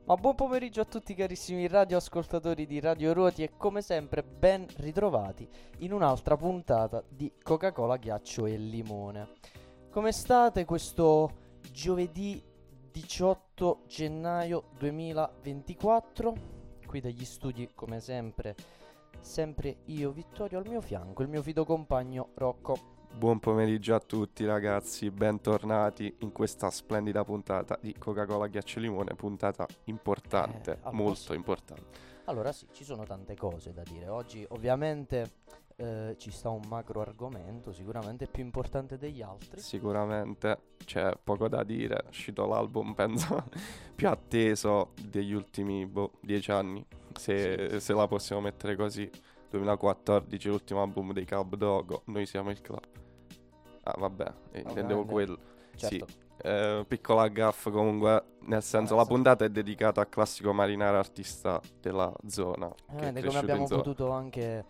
Ma buon pomeriggio a tutti carissimi radioascoltatori di Radio Ruoti e come sempre ben ritrovati in un'altra puntata di Coca-Cola, ghiaccio e limone. Come state questo giovedì 18 gennaio 2024? Qui dagli studi come sempre io Vittorio al mio fianco, il mio fido compagno Rocco. Buon pomeriggio a tutti ragazzi, bentornati in questa splendida puntata di Coca-Cola Ghiaccio e Limone, puntata importante, molto importante. Allora sì, ci sono tante cose da dire. Oggi ovviamente ci sta un macro argomento, sicuramente più importante degli altri. Sicuramente c'è poco da dire, è uscito l'album penso più atteso degli ultimi 10 anni, se la possiamo mettere così. 2014, l'ultimo album dei Club Dogo, Noi siamo il club. Ah vabbè, intendevo quello. Certo. Sì, piccola gaffa comunque, nel senso la puntata è dedicata al classico marinaro artista della zona. Come abbiamo potuto anche,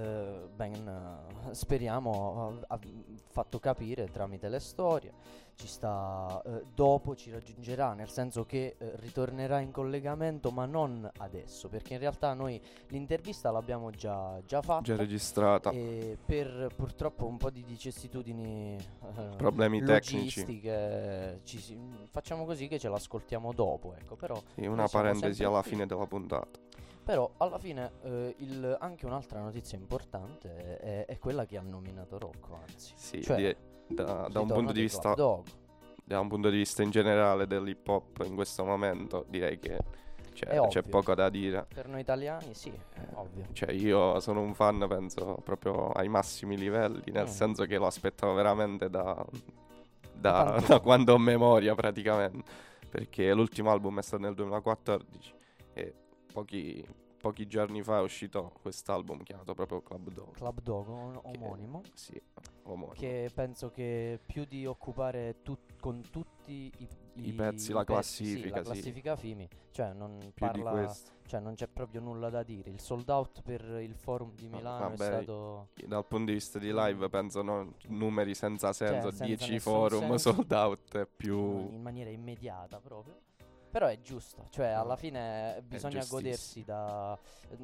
speriamo, fatto capire tramite le storie. Ci sta, dopo ci raggiungerà, nel senso che ritornerà in collegamento, ma non adesso, perché in realtà noi l'intervista l'abbiamo già fatta, già registrata, e per purtroppo un po' di vicissitudini, problemi logistiche, facciamo così che ce l'ascoltiamo dopo, ecco. Però sì, una parentesi alla fine della puntata. Però alla fine anche un'altra notizia importante è quella che ha nominato Rocco, anzi. Sì, cioè, da un punto di vista, da un punto di vista in generale dell'hip hop in questo momento, direi che c'è poco da dire. Per noi italiani sì, è ovvio. Cioè io sono un fan, penso, proprio ai massimi livelli, nel senso che lo aspettavo veramente da quando ho memoria praticamente, perché l'ultimo album è stato nel 2014 e pochi giorni fa è uscito quest'album chiamato proprio Club Dogo, omonimo. Sì, omonimo. Che penso che più di occupare con tutti i pezzi, la classifica, la classifica FIMI, cioè non più parla, di questo. cioè non c'è proprio nulla da dire. Il sold out per il forum di Milano è stato, dal punto di vista di live, penso numeri senza senso, senza 10 forum senso, sold out è più in maniera immediata proprio. Però è giusto, cioè alla fine bisogna godersi da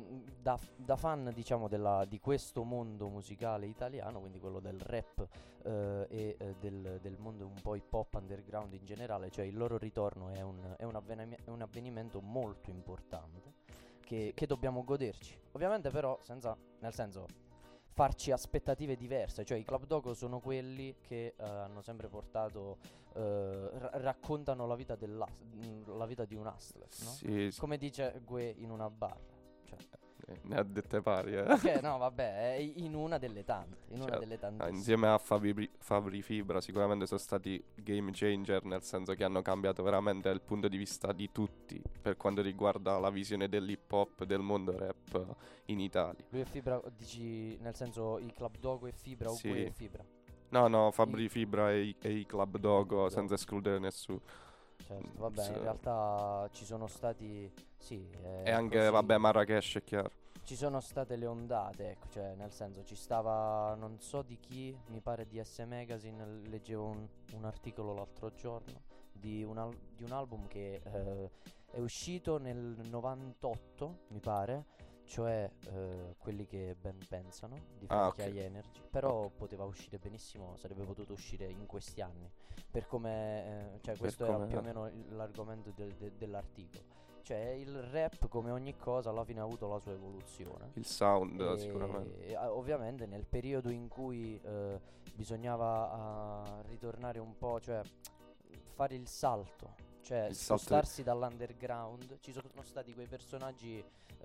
fan, diciamo, di questo mondo musicale italiano, quindi quello del rap del mondo un po' hip hop underground in generale. Cioè il loro ritorno è un avvenimento molto importante che dobbiamo goderci. Ovviamente però nel senso, farci aspettative diverse. Cioè i Club Dogo sono quelli che hanno sempre portato, raccontano la vita la vita di un hustler, no? Sì. Come dice Gue in una barra, cioè. Ne ha dette pari, Ok, no vabbè, è in una delle tante, insieme a Fabri Fibra sicuramente sono stati game changer, nel senso che hanno cambiato veramente il punto di vista di tutti per quanto riguarda la visione dell'hip hop, del mondo rap in Italia. Lui e Fibra, dici, nel senso i Club Dogo e Fibra, o Gue e Fibra? No, Fabri Fibra e i Club Dogo, senza escludere nessuno. Certo, vabbè, in realtà ci sono stati, sì, e anche, così. Vabbè, Marrakesh è chiaro. Ci sono state le ondate, ecco, cioè nel senso ci stava, non so di chi, mi pare di S Magazine, leggevo un articolo l'altro giorno di un album che è uscito nel 98, mi pare, cioè quelli che ben pensano, di Frankie High Energy, però poteva uscire benissimo, sarebbe potuto uscire in questi anni, per come, cioè questo era più o meno l'argomento dell'articolo. Cioè il rap, come ogni cosa, alla fine ha avuto la sua evoluzione. Il sound sicuramente. Ovviamente nel periodo in cui bisognava ritornare un po', cioè fare il salto, cioè spostarsi dall'underground, ci sono stati quei personaggi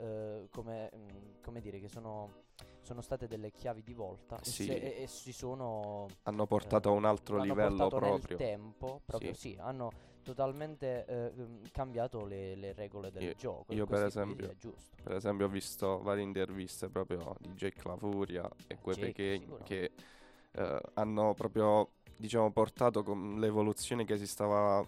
come dire, che sono state delle chiavi di volta, sì. e si sono hanno portato a un altro livello proprio nel tempo, proprio sì, hanno totalmente cambiato le regole del gioco. Io per esempio ho visto varie interviste proprio di Jake La Furia e Gue Pequeno che hanno proprio, diciamo, portato con l'evoluzione che si stava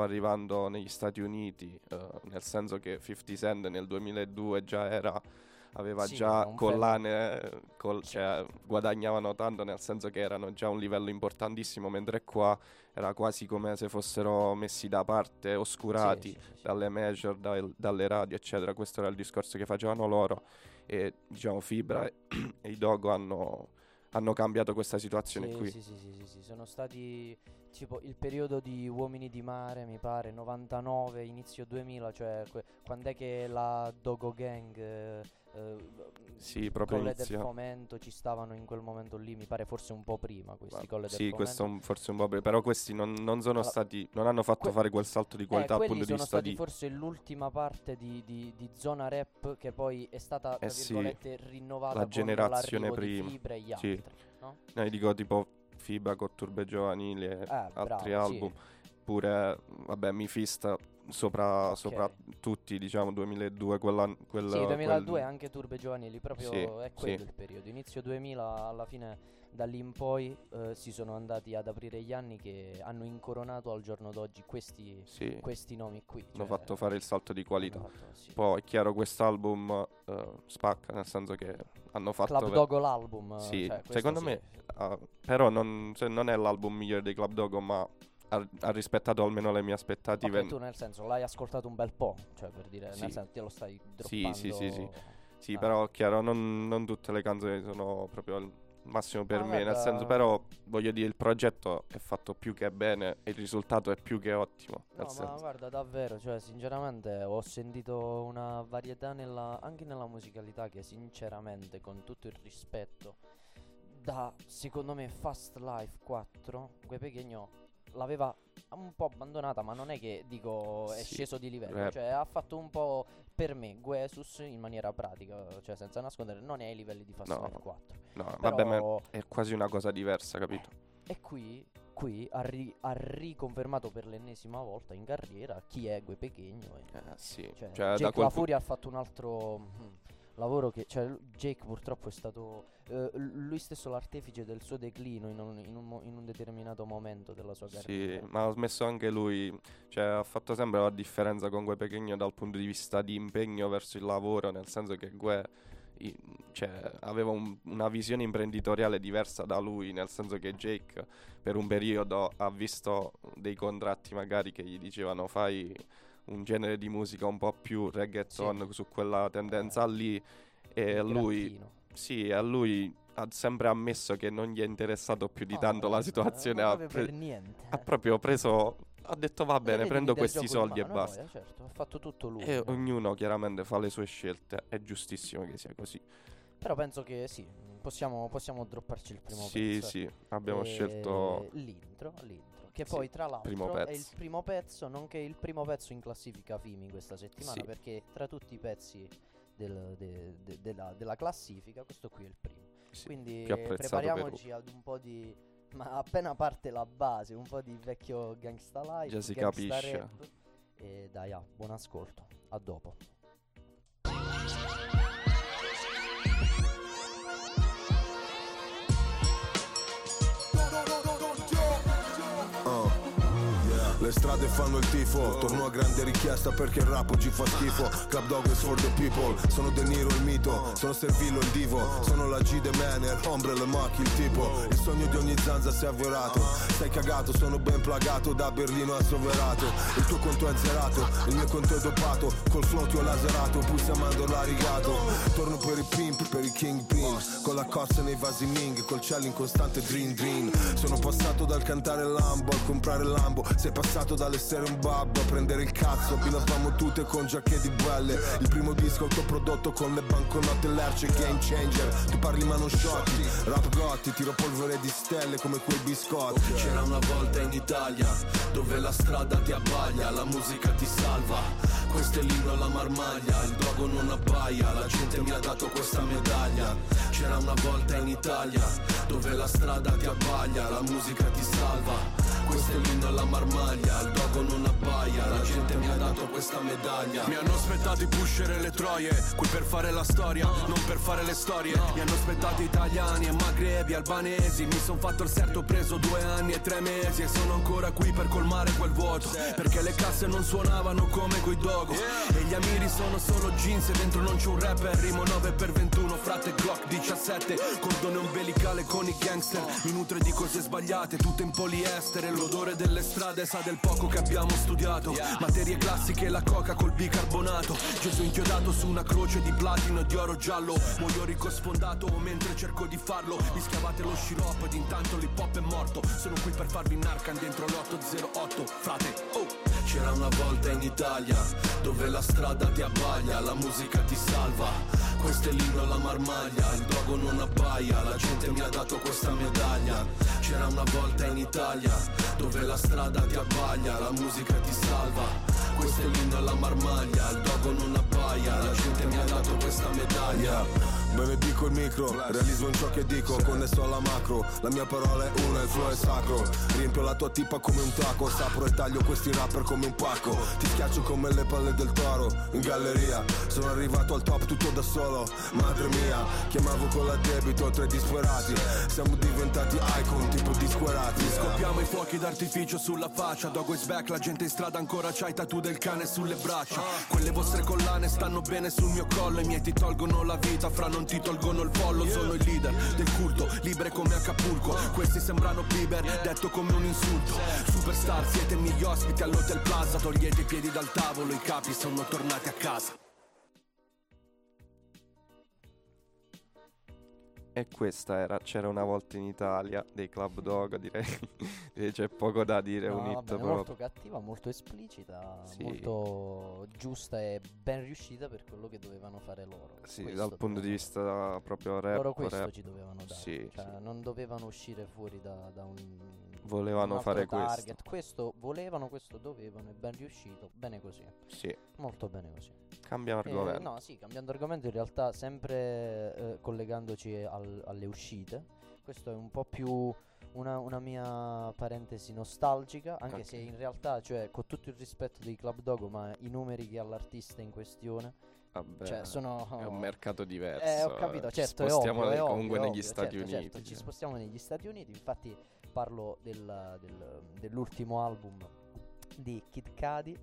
arrivando negli Stati Uniti, nel senso che 50 Cent nel 2002 già era aveva Sì, già un collane, cioè guadagnavano tanto, nel senso che erano già a un livello importantissimo, mentre qua era quasi come se fossero messi da parte, oscurati dalle major, dalle radio, eccetera. Questo era il discorso che facevano loro, e diciamo Fibra e i Dogo hanno cambiato questa situazione qui. Sì, sono stati tipo il periodo di Uomini di Mare, mi pare, 99, inizio 2000, cioè quando è che la Dogo Gang, proprio Colle inizia. del Fomento ci stavano in quel momento lì, mi pare forse un po' prima questi Colle del Sì, Fomento. questo forse un po' prima, però questi non sono stati, non hanno fatto fare quel salto di qualità dal punto di vista di... forse l'ultima parte di zona rap che poi è stata, tra virgolette, rinnovata la generazione con prima. Di Fibra e gli altri, no? Io dico tipo Fibra con Turbe Giovanili e altri album. Pure, vabbè, Mifista sopra tutti, diciamo, 2002, sì, 2002 anche Turbe Giovanili, proprio è quello il periodo. Inizio 2000, alla fine, da lì in poi si sono andati ad aprire gli anni che hanno incoronato al giorno d'oggi questi nomi qui. Hanno fatto fare il salto di qualità. Poi è chiaro, quest'album spacca, nel senso che hanno fatto Club Dogo l'album. Sì, secondo me però non è l'album migliore dei Club Dogo, ma ha rispettato almeno le mie aspettative. Okay, tu nel senso l'hai ascoltato un bel po', cioè per dire, nel senso te lo stai droppando. Sì, però chiaro, non tutte le canzoni sono proprio il massimo per me, nel senso, però voglio dire, il progetto è fatto più che bene e il risultato è più che ottimo. No, ma guarda, davvero, cioè sinceramente ho sentito una varietà anche nella musicalità che sinceramente, con tutto il rispetto, secondo me Fast Life 4, Gue Pequeno l'aveva un po' abbandonata, ma non è che dico è sceso di livello, cioè ha fatto un po', per me, Guesus in maniera pratica, cioè senza nascondere, non è ai livelli di Fast Life 4. No, però, vabbè, ma è quasi una cosa diversa, capito? E qui ha riconfermato per l'ennesima volta in carriera chi è Gue Pequeno. Cioè Jake La Furia ha fatto un altro lavoro che, cioè, Jake purtroppo è stato lui stesso l'artefice del suo declino in un determinato momento della sua carriera. Sì, ma ha smesso anche lui, cioè ha fatto sempre la differenza con Gue Pequeno dal punto di vista di impegno verso il lavoro, nel senso che Gue aveva una visione imprenditoriale diversa da lui, nel senso che Jake per un periodo ha visto dei contratti magari che gli dicevano fai un genere di musica un po' più reggaeton, su quella tendenza lì, e a lui ha sempre ammesso che non gli è interessato più di tanto la situazione, ha proprio preso, ha detto va bene, prendo questi soldi e basta. Certo, ha fatto tutto lui. E ognuno chiaramente fa le sue scelte, è giustissimo che sia così. Però penso che possiamo dropparci il primo pezzo. Sì, abbiamo scelto l'intro, che poi tra l'altro è il primo pezzo, nonché il primo pezzo in classifica FIMI questa settimana, perché tra tutti i pezzi della classifica questo qui è il primo. Quindi prepariamoci ad un po' di, ma appena parte la base, un po' di vecchio gangsta life, già si capisce. Rap, e dai, buon ascolto, a dopo. Le strade fanno il tifo, torno a grande richiesta perché il rap oggi fa schifo. Club Dog is for the people, sono De Niro il mito, sono Servillo il divo, sono la G de Manner, Ombre le macchie il tipo. Il sogno di ogni zanza si è avverato, sei cagato, sono ben plagato, da Berlino a Soverato. Il tuo conto è zerato, il mio conto è dopato, col flow ti ho laserato, pur siamando l'arigato. Torno per i pimp, per i kingpin, con la cozza nei vasi Ming, col cielo in costante dream dream. Sono passato dal cantare Lambo al comprare Lambo, sei passato dall'essere un babbo a prendere il cazzo. Abbinavamo tutte con giacche di belle, il primo disco autoprodotto con le banconote Lerce, game changer. Tu parli ma non sciocchi, rap gotti, tiro polvere di stelle come quei biscotti. C'era una volta in Italia dove la strada ti abbaglia, la musica ti salva, questo è l'inno alla marmaglia, il dogo non abbaia, la gente mi ha dato questa medaglia. C'era una volta in Italia dove la strada ti abbaglia, la musica ti salva, questo è l'inno alla marmaglia, il dogo non abbaia, la gente mi ha dato dato questa medaglia. Mi hanno aspettato i pusher e le troie, qui per fare la storia, non per fare le storie. Mi hanno aspettato italiani e magrebi, albanesi. Mi son fatto il serto, ho preso 2 anni e 3 mesi. E sono ancora qui per colmare quel vuoto, perché le casse non suonavano come coi Dogo. E gli amiri sono solo jeans e dentro non c'è un rapper. Rimo 9x21, frate Glock 17. Cordone ombelicale con i gangster. Mi nutre di cose sbagliate, tutte in poliestere. L'odore delle strade sa del poco che abbiamo studiato. Materie classiche e la coca col bicarbonato. Gesù inchiodato su una croce di platino e di oro giallo. Muoio ricco sfondato mentre cerco di farlo. Mi scavate lo sciroppo ed intanto l'hip hop è morto. Sono qui per farvi narcan dentro l'808. Frate, C'era una volta in Italia dove la strada ti abbaglia, la musica ti salva. Questo è l'inno alla marmaglia, il dogo non abbaia, la gente mi ha dato questa medaglia. C'era una volta in Italia dove la strada ti abbaglia, la musica ti salva. Questo è l'inno alla marmaglia, il dogo non abbaia, la gente mi ha dato questa medaglia. Benedico il micro, realismo in ciò che dico, connesso alla macro. La mia parola è una, il flow è sacro. Riempio la tua tipa come un taco, sapro e taglio questi rapper come un pacco. Ti schiaccio come le palle del toro, in galleria. Sono arrivato al top tutto da solo, madre mia. Chiamavo con l'addebito 3 disperati. Siamo diventati icon tipo disquerati. Scoppiamo i fuochi d'artificio sulla faccia. Dogo is back, la gente in strada ancora c'ha i tattoo del cane sulle braccia. Quelle vostre collane stanno bene sul mio collo. I miei ti tolgono la vita, fra non ti tolgono il follo. Sono il leader del culto, libre come Acapulco. Questi sembrano Bieber, detto come un insulto. Superstar, siete miei ospiti all'Hotel Plaza. Togliete i piedi dal tavolo, i capi sono tornati a casa. E questa era C'era una volta in Italia dei Club Dogo, direi. C'è poco da dire, no, un hit vabbè, proprio. molto cattiva, molto esplicita, Sì. molto giusta e ben riuscita per quello che dovevano fare loro. Sì, Questo dal punto di dovevano- vista proprio rap. loro questo rap. ci dovevano dare, Sì, cioè sì. non dovevano uscire fuori da un Volevano un altro fare target. Questo volevano, questo dovevano, è ben riuscito, bene così, Sì, molto bene così. cambiamo argomento. No, sì, cambiando argomento, in realtà sempre collegandoci alle uscite, questo è un po' più una mia parentesi nostalgica, anche Ok. se in realtà, cioè, con tutto il rispetto dei Club Dogo, ma i numeri che ha l'artista in questione, Vabbè, cioè, sono... è un mercato diverso. Ho capito, Ci certo, spostiamo è ovvio, comunque è negli ovvio, Stati certo, Uniti. certo, ci spostiamo negli Stati Uniti, infatti parlo dell'ultimo album di Kid Cudi.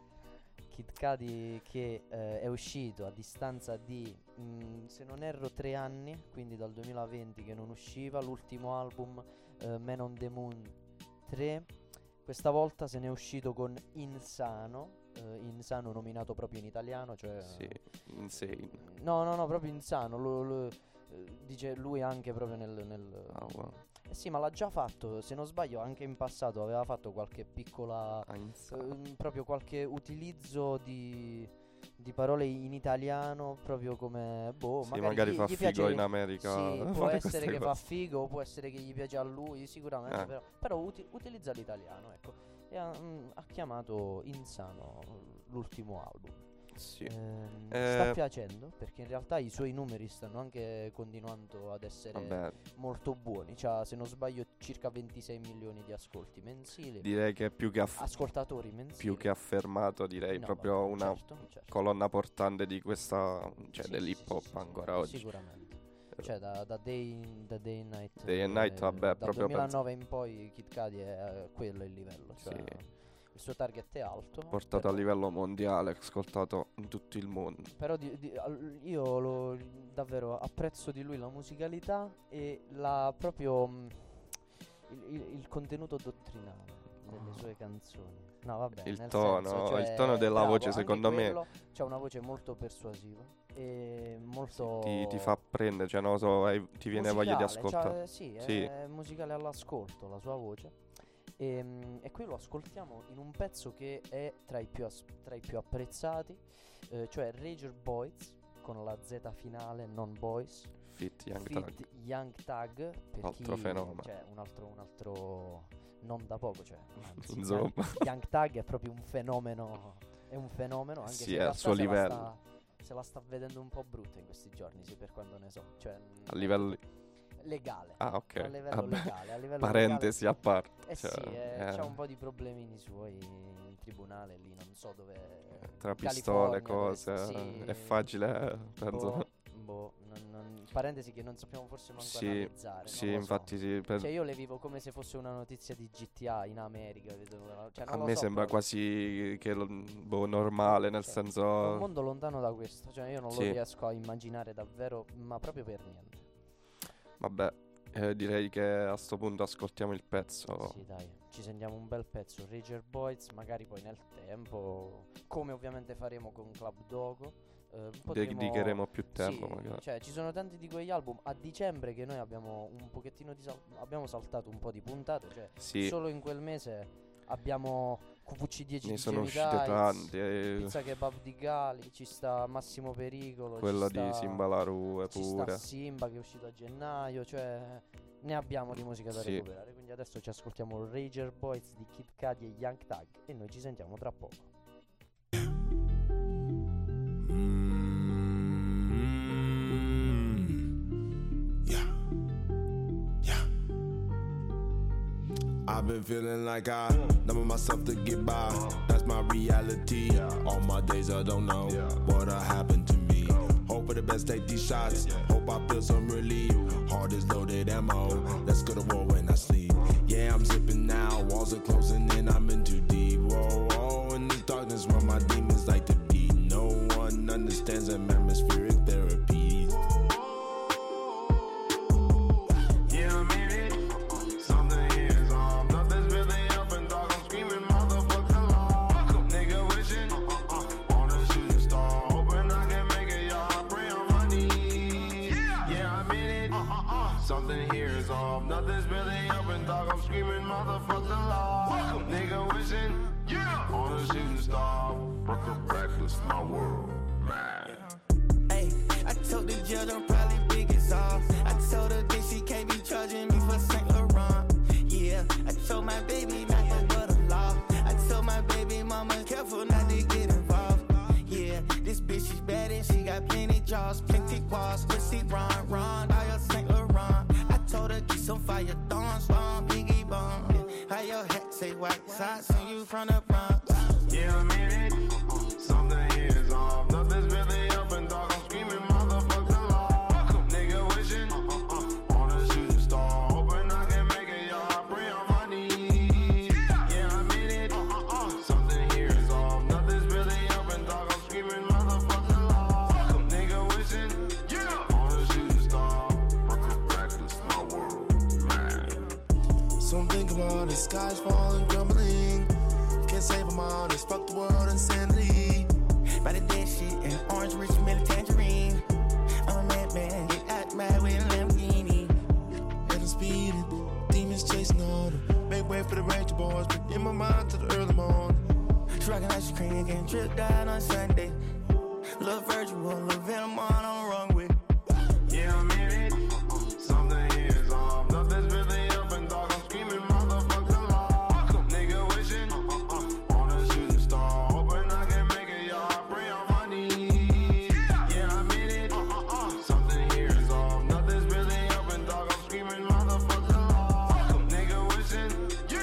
Kid Cudi che è uscito a distanza di, se non erro, 3 anni, quindi dal 2020 che non usciva. L'ultimo album, Man on the Moon 3, questa volta se n'è uscito con Insano. Insano nominato proprio in italiano, cioè Sì, insane. no, proprio Insano. Dice lui anche proprio nel Ah, wow. sì, ma l'ha già fatto, se non sbaglio anche in passato aveva fatto qualche piccola Ah, insane. proprio qualche utilizzo di parole in italiano, proprio come Sì, magari fa gli figo piace, in America. sì, può fare essere queste che fa cose. figo, può essere che gli piace a lui, sicuramente, Eh. però utilizza l'italiano, ecco. E ha chiamato Insano l'ultimo album. Sì. Sta piacendo, perché in realtà i suoi numeri stanno anche continuando ad essere Vabbè, molto buoni. C'ha, se non sbaglio, circa 26 milioni di ascolti mensili, direi che più che, ascoltatori mensili. più che affermato, direi No, proprio vabbè, una certo. colonna portante di questa, cioè Sì, dell'hip hop sì, ancora oggi. sicuramente. Cioè da Day and Night, Day and Night, vabbè, dal proprio 2009 in poi Kid Cudi è quello il livello, cioè Sì. il suo target è alto, Portato a livello mondiale, ascoltato in tutto il mondo. però io davvero apprezzo di lui la musicalità e proprio il contenuto dottrinale delle sue canzoni. No, vabbè, Il nel tono, senso, cioè, il tono della bravo, voce, anche secondo me, quello, c'ha una voce molto persuasiva e molto ti fa prendere, cioè non lo so, ti viene voglia di musicale, ascoltare. sì, Sì. è musicale all'ascolto la sua voce. E qui lo ascoltiamo in un pezzo che è tra i più apprezzati, cioè Rager Boys con la Z finale, non Boys, Fit Young feat Thug. Young Thug, per Altro chi, fenomeno. cioè un altro non da poco, cioè anzi, Insomma. Young Thug è proprio un fenomeno, anche Sì, se in è al realtà suo livello. se la sta vedendo un po' brutta in questi giorni, sì, per quanto ne so, cioè A livello legale. Ah, ok. A livello legale, a livello parentesi legale. A parte. C'ha un po' di problemini suoi in tribunale lì, non so dove. Tra pistole, cose. È facile, penso. Parentesi che non sappiamo forse manco analizzare. Sì, infatti sì. Cioè io le vivo come se fosse una notizia di GTA in America. Cioè, a me sembra quasi che normale, nel senso. È un mondo lontano da questo. Cioè io non lo riesco a immaginare davvero, ma proprio per niente. Vabbè, direi che a sto punto ascoltiamo il pezzo. Sì, dai, ci sentiamo un bel pezzo. Rager Boys, magari poi nel tempo, come ovviamente faremo con Club Dogo. Dedicheremo più tempo, magari. Cioè ci sono tanti di quegli album a dicembre che noi abbiamo un pochettino abbiamo saltato un po' di puntate. Cioè solo in quel mese abbiamo QVC10 ne di sono Jamie uscite tanti. Pizza Kebab di Gali, ci sta Massimo Pericolo, quello di Simba La Rue ci pure. Sta Simba che è uscito a gennaio. Cioè ne abbiamo di musica da recuperare. Quindi adesso ci ascoltiamo Rager Boys di Kid Cudi e Young Thug e noi ci sentiamo tra poco. I've been feeling like I number myself to get by. That's my reality. All my days I don't know what'll happen to me. Hope for the best, take these shots. Hope I feel some relief. Heart is loaded ammo. Let's go to war when I sleep. Yeah, I'm zipping now. Walls are closing in. I'm in too deep. Whoa, whoa. In the darkness where my demons like to be. No one understands them atmospheric therapy. Something here is off, nothing's really up and dog. I'm screaming, motherfuck the law. Nigga wishing, on a shooting star. Reckless, my world, man. Hey, I told the judge I'm probably big as all. I told her that she can't be charging me for Saint Laurent. Yeah, I told my baby not to wear the law. I told my baby mama careful not to get involved. Yeah, this bitch is bad and she got plenty jaws, plenty walls, pussy run, all your Saint Laurent. I told her get some fire thorns, long biggie bomb. Yeah. How your hat say white socks and you from the Bronx? Yeah, I mean it. Something here is off, nothing's really up and dog. I'm screaming, motherfuck the law. Nigga wishing on a shooting star, hoping I can make it, y'all. I pray on my knees. Yeah, I mean it. Something here is off, nothing's really up and dog. I'm screaming, motherfuck the law. Nigga wishing on a shooting star. Reckless, my world, man. So think about it, skies falling, crumbling. Can't save them all, just fuck the world, insanity. By the dead shit and orange rich milk tangerine. I'm a madman, get out mad with a Lamborghini. And I'm speeding, demons chasing on them. Make way for the Ranger Boys, but in my mind to the early morning. Trucking ice cream, getting tripped out on Sunday. Lil' Virgil, Lil' Venom on the runway. Yeah, I mean it. Something here is off, nothing's really up and dog. I'm screaming, motherfuck the law. Nigga wishing on a shooting star, hoping I can make it, y'all. I pray on my knees. Yeah, I mean it. Something here is off, nothing's really up and dog. I'm screaming, motherfuck the law. Nigga wishing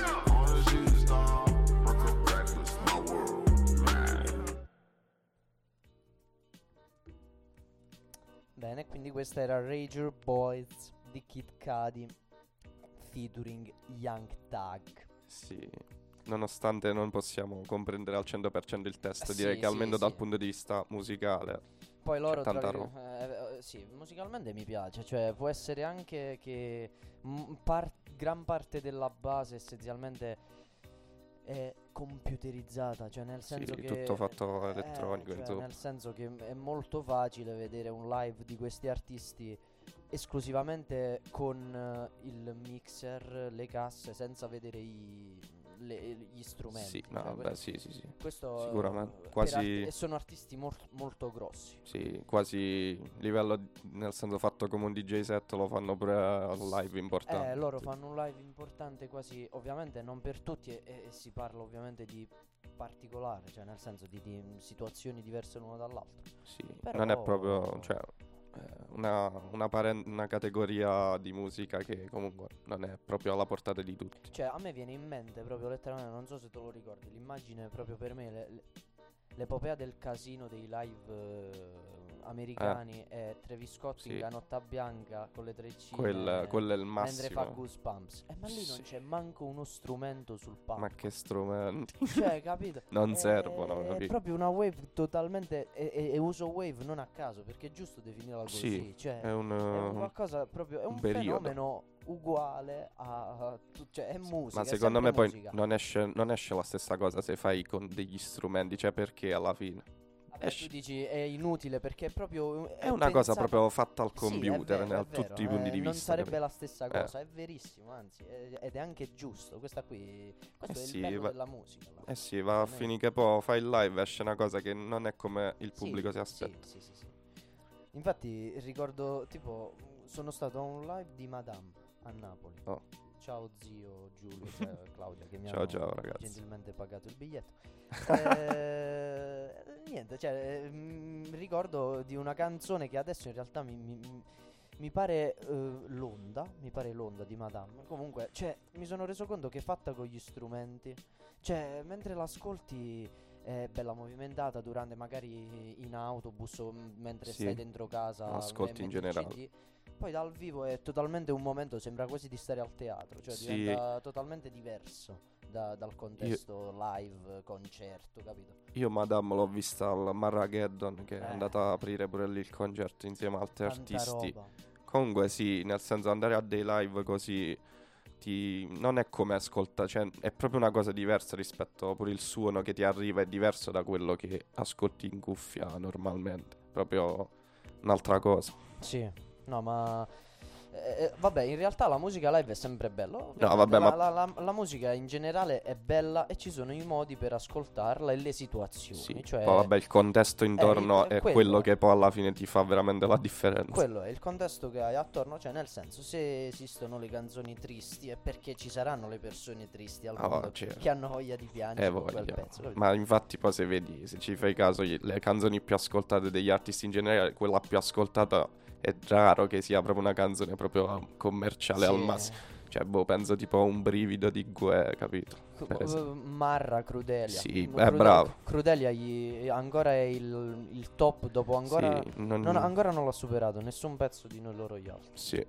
on a shooting star. Reckless, my world, man. Bene, quindi questa era Rager Boys di Kid Cudi featuring Young Thug. Sì, nonostante non possiamo comprendere al 100% il testo, Sì, direi che almeno sì, dal sì. punto di vista musicale Poi loro c'è tanta tra- roba. sì, musicalmente mi piace, cioè può essere anche che gran parte della base essenzialmente è computerizzata, cioè nel senso Sì, che tutto fatto elettronico, cioè insomma. nel senso che è molto facile vedere un live di questi artisti esclusivamente con il mixer, le casse, senza vedere gli strumenti. Sì, no, Cioè, vabbè, sì. questo Sicuramente, per quasi- e sono artisti molto grossi. Sì, quasi livello, nel senso fatto come un DJ set lo fanno pure a un live importante. Loro fanno un live importante quasi, ovviamente non per tutti e si parla ovviamente di particolare, cioè nel senso di situazioni diverse l'una dall'altra. Sì, Però- non è proprio, cioè, una categoria di musica che comunque non è proprio alla portata di tutti. Cioè, a me viene in mente proprio letteralmente, non so se te lo ricordi, l'immagine proprio per me, l'epopea del casino dei live americani e Travis Scott in canotta bianca con le treccine, quello è il massimo, mentre fa Goosebumps. Ma lì non c'è manco uno strumento sul palco. Ma che strumenti? Cioè, capito? Non servono, è capito? proprio una wave totalmente, e uso wave non a caso, perché è giusto definirla così. Sì, cioè, è un qualcosa proprio, è un periodo. fenomeno uguale cioè è musica. Ma secondo me poi musica. non esce la stessa cosa se fai con degli strumenti, cioè perché alla fine Tu dici è inutile perché è proprio è una cosa proprio fatta al Sì, computer, è vero, tutti i punti di non vista. sarebbe la stessa cosa, è verissimo, anzi, ed è anche giusto. Questo è il bello della musica. Sì, va a finire che poi fai il live, esce una cosa che non è come il pubblico si aspetta. Sì. Infatti ricordo, tipo, sono stato a un live di Madame a Napoli. Ciao zio Giulio, Claudia, che mi hanno ragazzi, gentilmente pagato il biglietto. Niente, cioè, ricordo di una canzone che adesso in realtà mi pare l'onda di Madame. Comunque, cioè, mi sono reso conto che è fatta con gli strumenti. Cioè, mentre l'ascolti è bella movimentata durante magari in autobus o mentre stai dentro casa, ascolti in generale. CD. Poi dal vivo è totalmente un momento, sembra quasi di stare al teatro, cioè diventa totalmente diverso dal contesto live, concerto, capito? Io Madame l'ho vista al Marrageddon, che è andata a aprire pure lì il concerto insieme a altri artisti. Roba. Comunque sì, nel senso, andare a dei live così non è come ascolta, cioè è proprio una cosa diversa rispetto, pure il suono che ti arriva è diverso da quello che ascolti in cuffia normalmente, proprio un'altra cosa. Sì. No, ma vabbè, in realtà la musica live è sempre bella. No, vabbè, la musica in generale è bella e ci sono i modi per ascoltarla e le situazioni. Sì, cioè, poi vabbè, il contesto intorno è quello che poi alla fine ti fa veramente la differenza. Quello è il contesto che hai attorno, cioè nel senso, se esistono le canzoni tristi è perché ci saranno le persone tristi al mondo che hanno voglia di piangere quel pezzo, capito? Ma infatti poi se ci fai caso, le canzoni più ascoltate degli artisti in generale, quella più ascoltata è raro che sia proprio una canzone proprio commerciale al massimo. Cioè, penso tipo a Un brivido di Gue, capito? Marra, Crudelia. Sì, bravo. Crudelia ancora è il top, dopo ancora ancora non l'ha superato nessun pezzo di Noi, Loro, Gli Altri. Sì.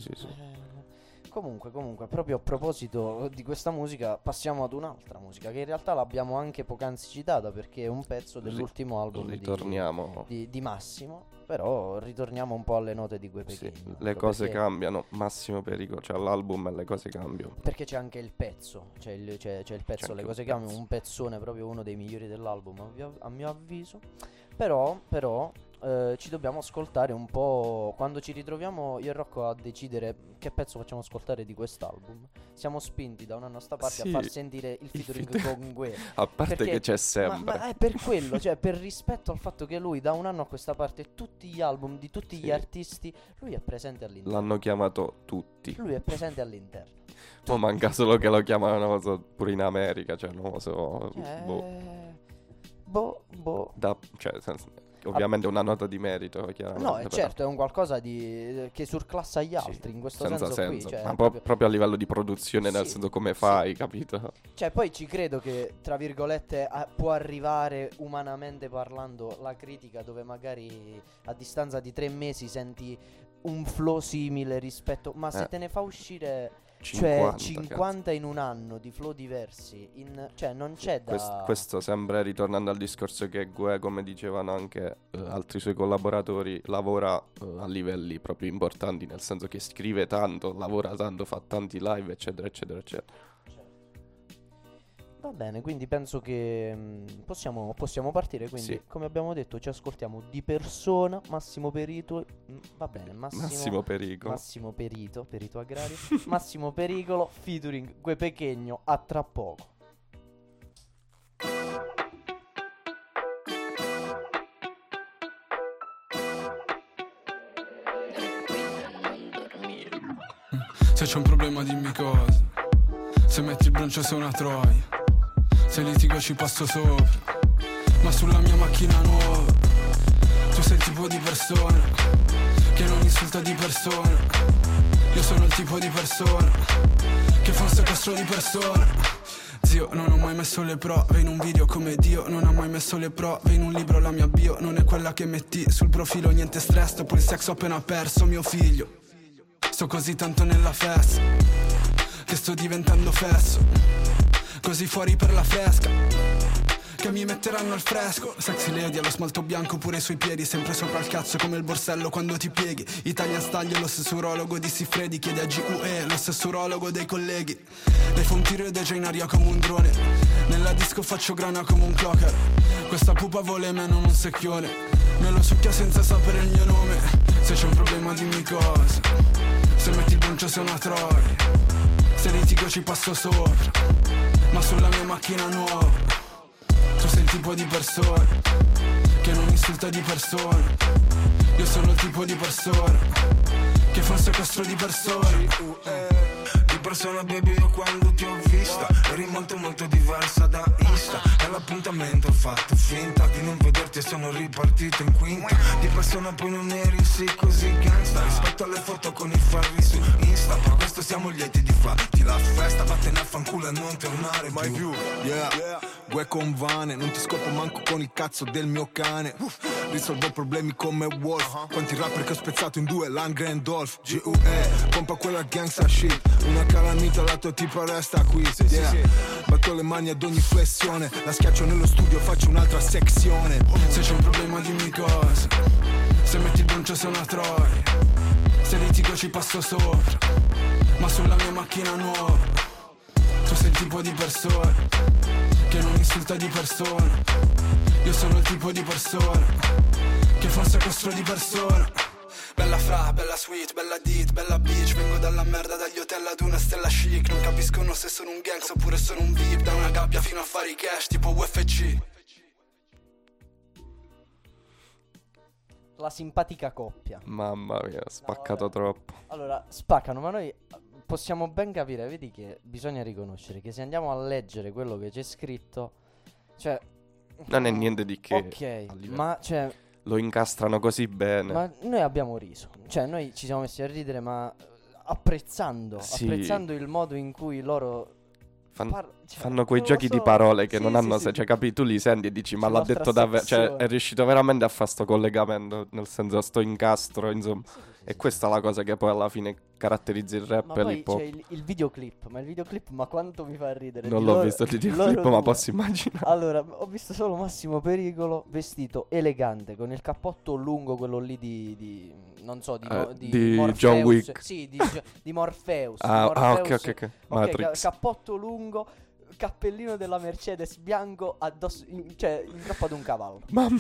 Comunque, proprio a proposito di questa musica, passiamo ad un'altra musica che in realtà l'abbiamo anche poc'anzi citata, perché è un pezzo dell'ultimo album di Massimo. Però ritorniamo un po' alle note di Gue Pequeno. Le cose cambiano, Massimo Pericolo, cioè l'album e le cose cambiano. Perché c'è anche il pezzo, c'è il pezzo, le cose cambiano, un pezzone, proprio uno dei migliori dell'album a mio avviso. Però ci dobbiamo ascoltare un po'. Quando ci ritroviamo io e Rocco a decidere che pezzo facciamo ascoltare di quest'album, siamo spinti da un anno a sta parte a far sentire il featuring con Gue. A parte che c'è sempre. Ma è per quello, cioè per rispetto al fatto che lui da un anno a questa parte tutti gli album di tutti gli artisti, lui è presente all'interno. L'hanno chiamato tutti. Lui è presente all'interno. Ma manca solo che lo chiamano pure in America, cioè non lo so. Ovviamente una nota di merito, chiaramente. No, certo, è un qualcosa che surclassa gli altri, in questo senso qui. Cioè, ma proprio a livello di produzione, nel senso come fai, capito? Cioè, poi ci credo che, tra virgolette, può arrivare umanamente parlando la critica, dove magari a distanza di 3 mesi senti un flow simile rispetto. Ma se te ne fa uscire 50 in un anno di flow diversi, cioè non c'è da... Questo sempre ritornando al discorso che Gue, come dicevano anche altri suoi collaboratori, lavora a livelli proprio importanti, nel senso che scrive tanto, lavora tanto, fa tanti live, eccetera, eccetera, eccetera. Va bene, quindi penso che possiamo partire. Quindi, come abbiamo detto, ci ascoltiamo di persona Massimo Perito. Va bene, Massimo Perito, perito agrario. Massimo Pericolo featuring Gue Pequeno, a tra poco. Se c'è un problema dimmi cosa. Se metti il broncio sei una troia. Se litigo ci passo sopra. Ma sulla mia macchina nuova tu senti tipo di persona che non insulta di persona. Io sono il tipo di persona che fa un sequestro di persona. Zio, non ho mai messo le prove in un video come Dio. Non ha mai messo le prove in un libro. La mia bio non è quella che metti sul profilo. Niente stress, dopo il sex ho appena perso mio figlio. Sto così tanto nella festa che sto diventando fesso. Così fuori per la fresca che mi metteranno al fresco. Sexy lady allo smalto bianco pure sui piedi, sempre sopra il cazzo come il borsello quando ti pieghi. Italian Style, lo stesso urologo di Siffredi. Chiede a GUE, lo stesso urologo dei colleghi. Lei fa un tiro ed è già in aria come un drone. Nella disco faccio grana come un clocker. Questa pupa vuole me, non un secchione. Me lo succhia senza sapere il mio nome. Se c'è un problema dimmi cosa. Se metti il broncio sei una troia. Se litigo ci passo sopra, ma sulla mia macchina nuova. Tu sei il tipo di persona che non insulta di persona. Io sono il tipo di persona che fa un sequestro di persona. Di persona baby io quando ti ho vista eri molto molto diversa da Insta. E l'appuntamento ho fatto finta di non vederti e sono ripartito in quinta. Di persona poi non eri sì così gangsta rispetto alle foto con i farri su Insta. Per questo siamo lieti di farti la festa. Vattene a fanculo e non tornare mai più, yeah. Gue con Vane, non ti scopo manco con il cazzo del mio cane. Risolvo problemi come Wolf. Quanti rapper che ho spezzato in due, Langren e Dolph. GUE, pompa quella gangsta shit. Una calamita, la tua tipa resta qui, yeah. Batto le mani ad ogni flessione. La schiaccio nello studio, faccio un'altra sezione. Se c'è un problema dimmi cosa. Se metti il broncio sei una troia. Se litigo ci passo sopra, ma sulla mia macchina nuova. Tu sei il tipo di persona che non insulta di persona. Io sono il tipo di persona che fa un sequestro di persona. Bella fra, bella sweet, bella dit, bella bitch. Vengo dalla merda, dagli hotel ad una stella chic. Non capiscono se sono un gangsta oppure sono un VIP. Da una gabbia fino a fare i cash tipo UFC. La simpatica coppia. Mamma mia, spaccato troppo. Allora, spaccano, ma noi possiamo ben capire, vedi che bisogna riconoscere che se andiamo a leggere quello che c'è scritto, cioè non è niente di che. Ok, ma cioè lo incastrano così bene. Ma noi abbiamo riso. Cioè noi ci siamo messi a ridere, ma apprezzando il modo in cui loro fanno quei giochi di parole che non hanno cioè capi, tu li senti e dici ma l'ha detto davvero, cioè è riuscito veramente a fare sto collegamento, nel senso sto incastro, insomma. E questa è la cosa che poi alla fine caratterizza il rap e l'hip hop. C'è il videoclip, ma quanto mi fa ridere. Non l'ho visto il videoclip, ma posso immaginare. Allora, ho visto solo Massimo Pericolo vestito elegante con il cappotto lungo, quello lì di non so, di Morpheus. John Wick. Sì, di Morpheus. Ok. Matrix. Cappotto lungo, cappellino della Mercedes bianco addosso, cioè in groppa ad un cavallo. Mamma,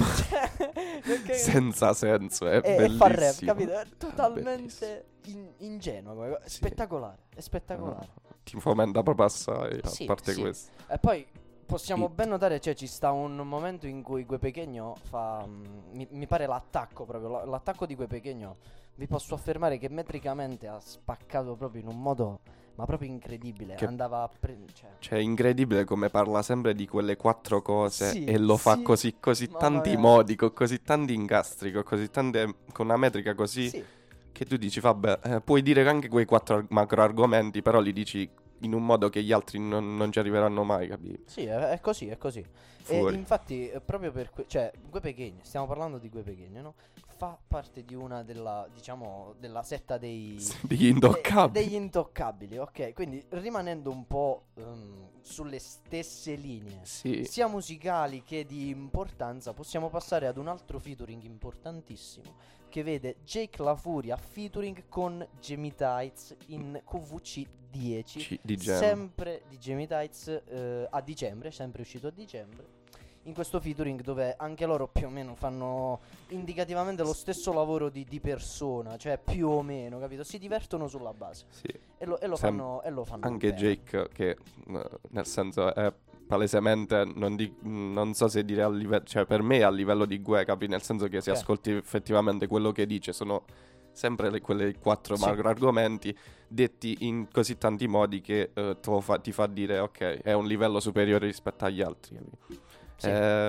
senza senso, è bellissimo. Fa rap, capito? È totalmente ingenuo, spettacolare, è spettacolare. Ti fomenta proprio assai, a parte questo. E poi possiamo ben notare, cioè ci sta un momento in cui Gue Pequeno fa, mi pare l'attacco proprio, l'attacco di Gue Pequeno. Vi posso affermare che metricamente ha spaccato proprio in un modo, ma proprio incredibile. Andava a cioè incredibile come parla sempre di quelle quattro cose e lo fa così tanti modi, con così tanti incastri, con così tante, con una metrica così che tu dici vabbè, puoi dire anche quei quattro macro argomenti, però li dici in un modo che gli altri non ci arriveranno mai, capito? Sì, è così. E infatti proprio per cioè Gue Pequeno, stiamo parlando di Gue Pequeno, no? Fa parte di una della setta degli intoccabili, ok? Quindi rimanendo un po' sulle stesse linee, sia musicali che di importanza, possiamo passare ad un altro featuring importantissimo che vede Jake La Furia featuring con Jamie Tights in QVC 10, sempre di Jamie Tights a dicembre, sempre uscito a dicembre. In questo featuring dove anche loro più o meno fanno indicativamente lo stesso lavoro di persona, cioè più o meno, capito? Si divertono sulla base e lo fanno anche bene. Jake che nel senso è palesemente non so se dire a livello, cioè per me è a livello di Gue, capi? Nel senso che se ascolti effettivamente quello che dice sono sempre quelle quattro macro argomenti detti in così tanti modi che ti fa dire ok, è un livello superiore rispetto agli altri, capi?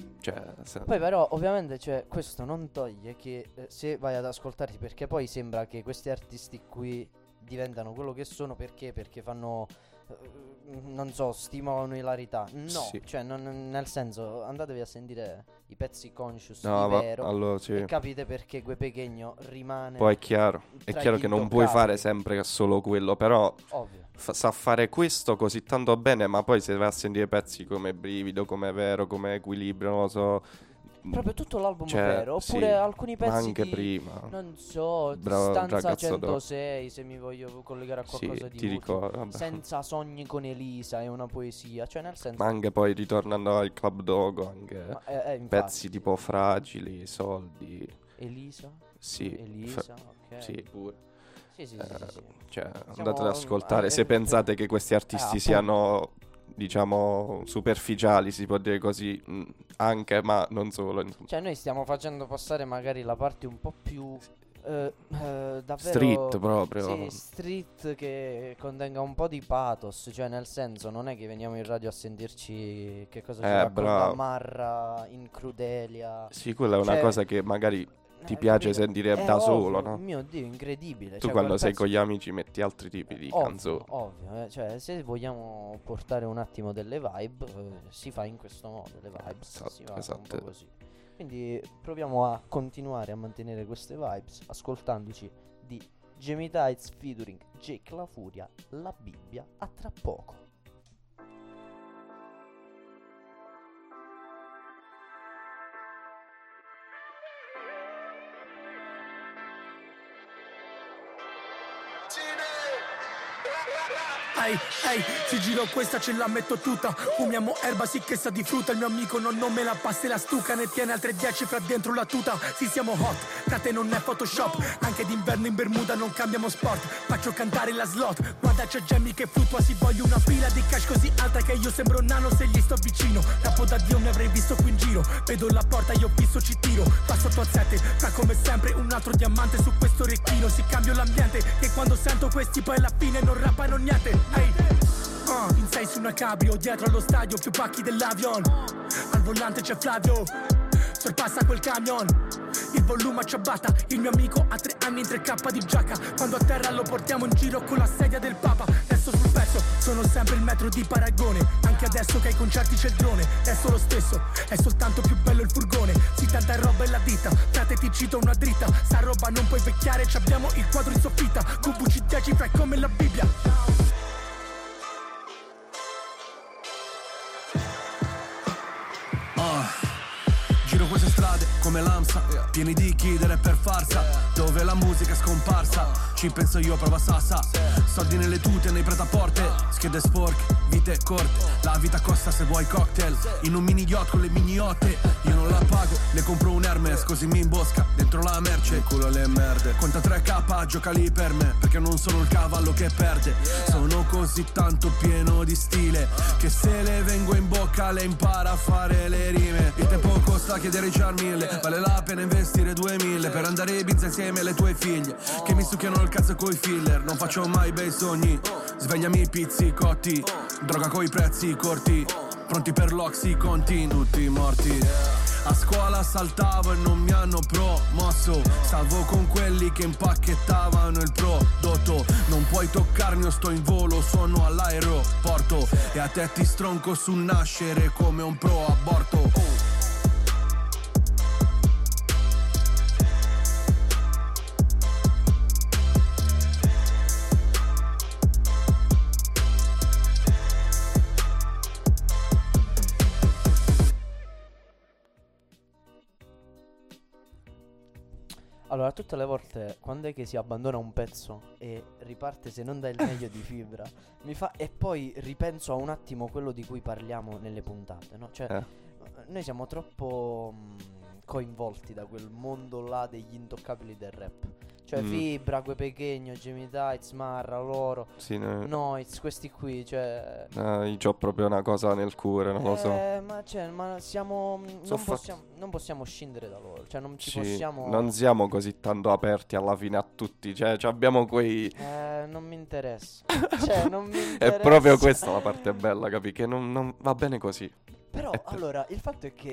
Poi però ovviamente questo non toglie che se vai ad ascoltarti, perché poi sembra che questi artisti qui diventano quello che sono perché fanno non so, stimolano ilarità. No, Sì. cioè nel senso, andatevi a sentire i pezzi conscious No, di Vero allora sì. e capite perché Gue Pequeno rimane. Poi è chiaro tra che gli non puoi fare intoccabili. sempre solo quello, però Ovvio. sa fare questo così tanto bene, ma poi se vai a sentire pezzi come Brivido, come Vero, come Equilibrio, non lo so, Proprio tutto l'album cioè, Vero, sì, oppure alcuni ma pezzi anche di, prima. non so, Bravo, Stanza ragazzo 106, se mi voglio collegare a qualcosa Sì, di ti Muti. ricordo, vabbè. Senza sogni con Elisa è una poesia, cioè nel senso Ma anche poi ritornando al Club Dogo, anche infatti. pezzi tipo Fragili, Soldi. Elisa? Sì, Elisa, ok. sì, pure. Sì. Cioè, Siamo- andate ad ascoltare. Se pensate che questi artisti appunto. siano, diciamo, superficiali, si può dire così, anche, ma non solo. Insomma. Cioè noi stiamo facendo passare magari la parte un po' più davvero Street proprio. Sì, street, che contenga un po' di pathos, cioè nel senso non è che veniamo in radio a sentirci che cosa ci racconta bravo. Marra in Crudelia. Sì, quella è una Cioè, cosa che magari ti piace capito? sentire È da ovvio, solo, no? Mio Dio, incredibile. Tu Cioè, quando quel sei pezzo- con gli amici metti altri tipi di canzoni. Ovvio, cioè se vogliamo portare un attimo delle vibe, si fa in questo modo, le vibes, si va un esatto. po' così. Quindi proviamo a continuare a mantenere queste vibes ascoltandoci di Jamie Tights featuring Jake La Furia, La Bibbia, a tra poco. Ehi, ti giro questa, ce la metto tutta. Fumiamo erba sì che sa di frutta. Il mio amico non me la passa e la stuca. Ne tiene altre 10 fra dentro la tuta. Sì, siamo hot, da te non è Photoshop. Anche d'inverno in Bermuda non cambiamo sport. Faccio cantare la slot. Guarda c'è Jamie che fluttua. Si voglio una fila di cash così alta che io sembro un nano se gli sto vicino. Capo da Dio mi avrei visto qui in giro. Vedo la porta, io fisso ci tiro. Passo a 7, fra come sempre un altro diamante su questo orecchino. Si cambio l'ambiente che quando sento questi poi alla fine non rappano niente. Ehi, in 6 su una cabrio, dietro allo stadio, più pacchi dell'avion. Al volante c'è Flavio, sorpassa quel camion. Il volume a ciabatta, il mio amico ha 3 anni in 3K di giacca. Quando a terra lo portiamo in giro con la sedia del Papa. Resto sul pezzo, sono sempre il metro di paragone. Anche adesso che ai concerti c'è il drone. Resto lo stesso, è soltanto più bello il furgone. Sì, tanta roba e la ditta, frate ti cito una dritta. Sta roba non puoi vecchiare, c'abbiamo il quadro in soffitta. QVC 10 fra come la Bibbia. Giro queste strade come l'Amsa, pieni di chiedere per farsa, dove la musica è scomparsa. Ci penso io, prova Sassa. Soldi nelle tute, nei pretaporte, schede sporche, vite corte. La vita costa se vuoi cocktail, in un mini yacht con le migniotte. Io non la pago, le compro un Hermes, così mi imbosca dentro la merce. Il culo alle merde, conta 3K, gioca lì per me, perché non sono il cavallo che perde. Sono così tanto pieno di stile, che se le vengo in bocca le impara a fare le rime. Il tempo costa chiedere già al 1000, vale la pena investire 2000 per andare a Ibiza insieme alle tue figlie, che mi succhiano il cazzo coi filler. Non faccio mai bei sogni, svegliami i pizzicotti, droga coi prezzi corti, pronti per l'oxycontin, tutti morti. A scuola saltavo e non mi hanno promosso, stavo con quelli che impacchettavano il prodotto. Non puoi toccarmi, io sto in volo, sono all'aeroporto, e a te ti stronco sul nascere come un pro aborto. Allora, tutte le volte quando è che si abbandona un pezzo e riparte se non dai il meglio di Fibra, mi fa, e poi ripenso a un attimo quello di cui parliamo nelle puntate, no? Cioè, noi siamo troppo coinvolti da quel mondo là degli intoccabili del rap. Cioè Fibra, Gue Pequeno, Jamie Tights, Marra, loro, Sì, Noiz, questi qui, cioè io ho proprio una cosa nel cuore, non lo so. ma siamo non possiamo scendere da loro, cioè non ci possiamo. Non siamo così tanto aperti alla fine a tutti, cioè abbiamo quei... Non mi interessa. Cioè non mi interessa. È proprio questa la parte bella, capi? Che non va bene così. Però allora il fatto è che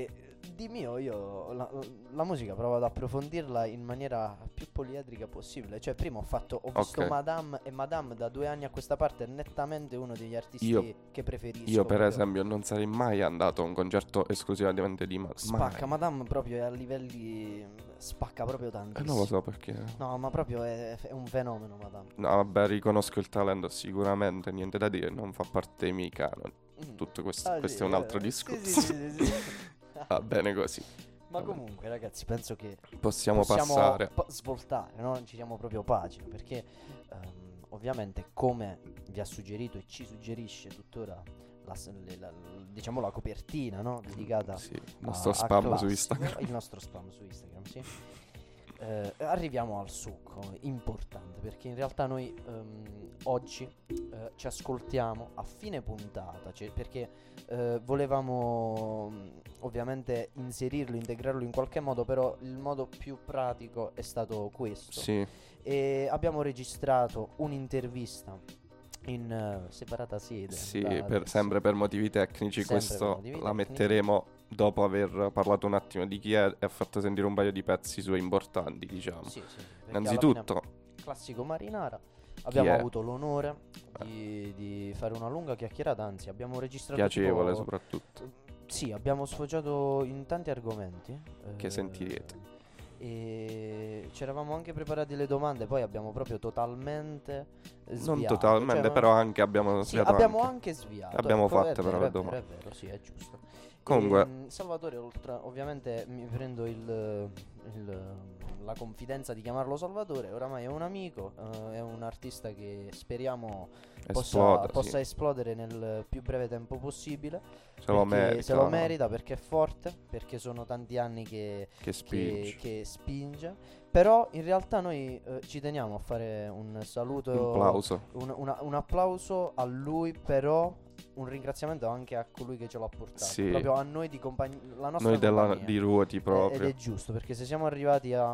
di mio io la musica provo ad approfondirla in maniera più poliedrica possibile. Cioè prima ho visto Madame, e Madame da 2 anni a questa parte è nettamente uno degli artisti che preferisco. Io per esempio non sarei mai andato a un concerto esclusivamente di Spacca, Madame proprio è a livelli, spacca proprio tantissimo. Non lo so perché. No, ma proprio è un fenomeno Madame. No, vabbè, riconosco il talento sicuramente, niente da dire, non fa parte dei miei canoni. Tutto questo è un altro discorso. Sì. Va bene così. Ma comunque ragazzi, penso che possiamo passare svoltare, no? Ci siamo proprio pagina, perché ovviamente, come vi ha suggerito e ci suggerisce tuttora diciamo la copertina, no? Dedicata il nostro spam su Instagram. Il nostro spam su Instagram, sì. Arriviamo al succo importante, perché in realtà noi oggi ci ascoltiamo a fine puntata, perché volevamo ovviamente inserirlo, integrarlo in qualche modo, però il modo più pratico è stato questo. Sì. E abbiamo registrato un'intervista in separata sede. Sì, sempre per motivi tecnici. Questo la metteremo dopo aver parlato un attimo di chi è e ha fatto sentire un paio di pezzi suoi importanti, diciamo. Sì, innanzitutto classico Marinara. Abbiamo avuto l'onore di fare una lunga chiacchierata, anzi abbiamo registrato piacevole soprattutto. Sì, abbiamo sfociato in tanti argomenti che sentirete. E ci eravamo anche preparati le domande, poi abbiamo proprio totalmente sviato. Non totalmente, però anche abbiamo sviato. Abbiamo anche sviato. Abbiamo fatto però le domande. È vero, sì, è giusto. Comunque Salvatore, ovviamente mi prendo la confidenza di chiamarlo Salvatore. Oramai è un amico, è un artista che speriamo possa esplodere nel più breve tempo possibile. Se lo merita, perché è forte, perché sono tanti anni che spinge. Però in realtà noi ci teniamo a fare un saluto, un applauso a lui, però un ringraziamento anche a colui che ce l'ha portato, proprio a noi di la nostra compagnia, di Ruoti proprio. Ed è giusto, perché se siamo arrivati a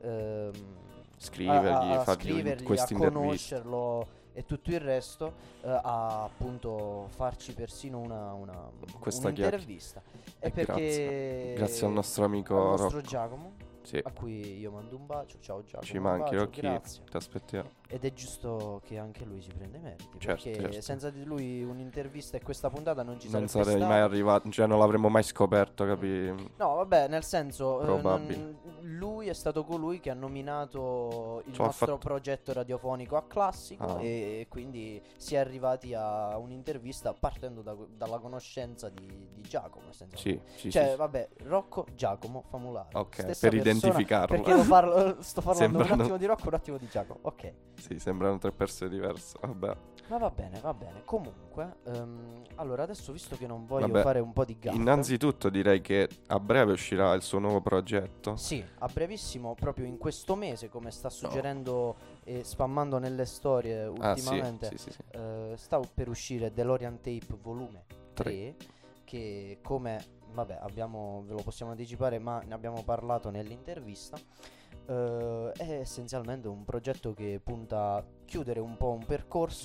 scrivergli, a conoscerlo e tutto il resto, a appunto farci persino un'intervista, è perché grazie al nostro amico Giacomo, a cui io mando un bacio. Ciao Giacomo, ci manchi, grazie, ti aspettiamo. ed è giusto che anche lui si prenda i meriti, certo, perché senza di lui un'intervista e questa puntata non sarei mai arrivato, cioè non l'avremmo mai scoperto, capi? No, vabbè, nel senso, lui è stato colui che ha nominato il nostro progetto radiofonico a Classico, e quindi si è arrivati a un'intervista partendo dalla conoscenza di Giacomo, vabbè, Rocco Giacomo Famularo, ok, per identificarlo, perché sto parlando un attimo di Rocco, un attimo di Giacomo, ok. Sì, sembrano 3 persone diverse, vabbè. Ma va bene. Comunque, allora adesso, visto che non voglio fare un po' di gaffe, innanzitutto direi che a breve uscirà il suo nuovo progetto. Sì, a brevissimo, proprio in questo mese, come sta suggerendo e spammando nelle storie ultimamente. Sì. Sta per uscire DeLorean Tape volume 3, che come ve lo possiamo anticipare, ma ne abbiamo parlato nell'intervista. È essenzialmente un progetto che punta a chiudere un po' un percorso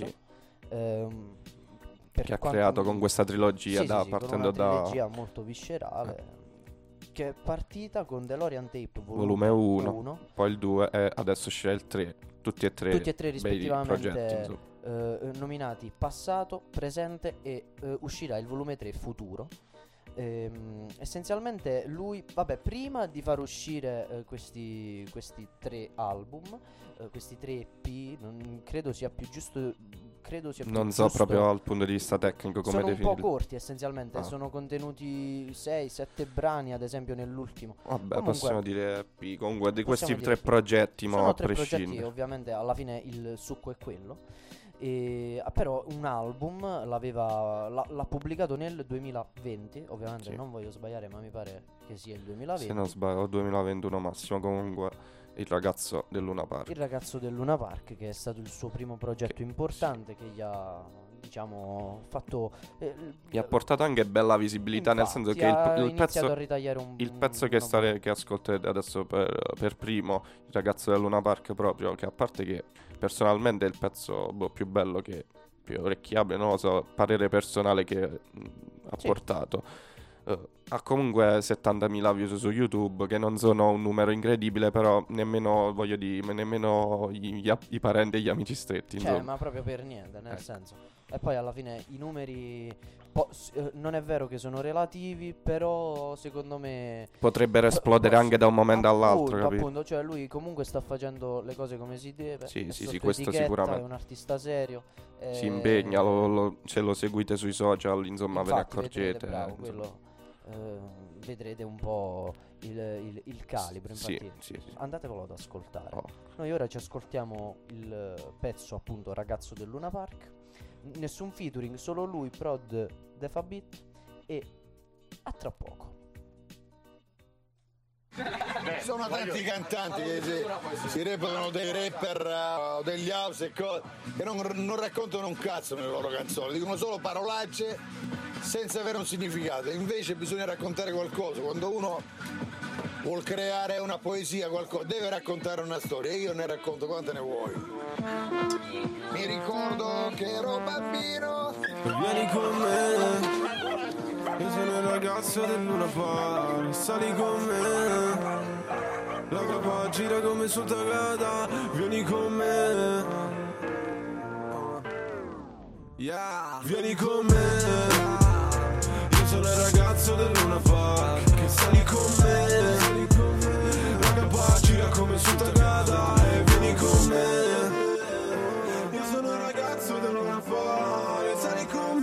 che ha creato con questa trilogia, partendo da una trilogia molto viscerale, che è partita con DeLorean Tape volume 1, poi il 2 e adesso uscirà il 3, tutti e tre rispettivamente progetti, nominati passato, presente, e uscirà il volume 3 futuro. Essenzialmente lui, prima di far uscire questi 3 album, questi 3 EP, non credo sia più giusto, non so proprio dal punto di vista tecnico come definirli. Sono un po' corti essenzialmente, sono contenuti 6-7 brani ad esempio nell'ultimo. Comunque, possiamo dire EP, comunque di questi 3 progetti, sono 3 progetti, ovviamente alla fine il succo è quello. Però un album l'ha pubblicato nel 2020, ovviamente non voglio sbagliare, ma mi pare che sia il 2020. Se non sbaglio, 2021 massimo. Comunque il ragazzo del Luna Park. Il ragazzo del Luna Park, che è stato il suo primo progetto importante, che gli ha, diciamo, fatto gli ha portato anche bella visibilità, infatti, nel senso che il pezzo a ritagliare il pezzo che ascolterete adesso per primo, il ragazzo del Luna Park, proprio, che a parte che personalmente è il pezzo più bello, che più orecchiabile, non lo so, parere personale che ha portato. Ha comunque 70.000 views su YouTube, che non sono un numero incredibile, però nemmeno, voglio dire, nemmeno i parenti e gli amici stretti, cioè, insomma. ma proprio per niente, nel senso. E poi alla fine i numeri non è vero che sono relativi, però secondo me potrebbero esplodere anche da un momento all'altro, capito? Appunto, cioè lui comunque sta facendo le cose come si deve. Sì, sì, questo sicuramente. È un artista serio. Si impegna, se lo seguite sui social, insomma, infatti, ve ne accorgete. Bravo, quello, vedrete un po' il calibro. Infatti, sì. Andatevelo ad ascoltare. Noi ora ci ascoltiamo il pezzo, appunto, Ragazzo del Luna Park. Nessun featuring, solo lui, Prod, Defabit, e a tra poco. Sono tanti cantanti che si reputano dei rapper, degli house e cose, che non raccontano un cazzo nelle loro canzoni, dicono solo parolacce senza avere un significato. Invece bisogna raccontare qualcosa. Quando uno vuol creare una poesia, qualcosa, deve raccontare una storia. Io ne racconto quante ne vuoi. Mi ricordo che ero bambino. Vieni con me, io sono il ragazzo del Luna Park. Sali con me, la capa gira come su Tagada. Vieni con me, yeah. Vieni con me, io sono il ragazzo del Luna Park. Che sali con me, la capa gira come su Tagada. E vieni con me, io sono il ragazzo del Luna Park. Sali con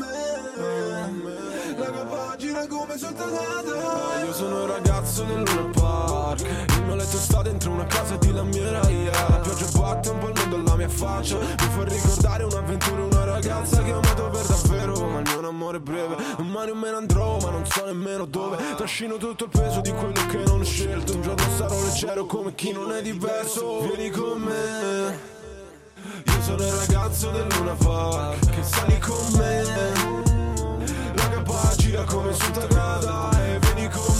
me, la capa gira come su Tagada. Io sono il ragazzo del Luna Park. Il mio letto sta dentro una casa di lamiera, yeah. La pioggia batte un po' il mondo alla mia faccia. Mi fa ricordare un'avventura, una ragazza che ho amato per davvero. Ma il mio amore è breve, domani me ne andrò, ma non so nemmeno dove. Trascino tutto il peso di quello che non ho scelto. Un giorno sarò leggero come chi non è diverso. Vieni con me, io sono il ragazzo del Luna Park. Che sali con me, la capa gira come su Tagada. E vieni con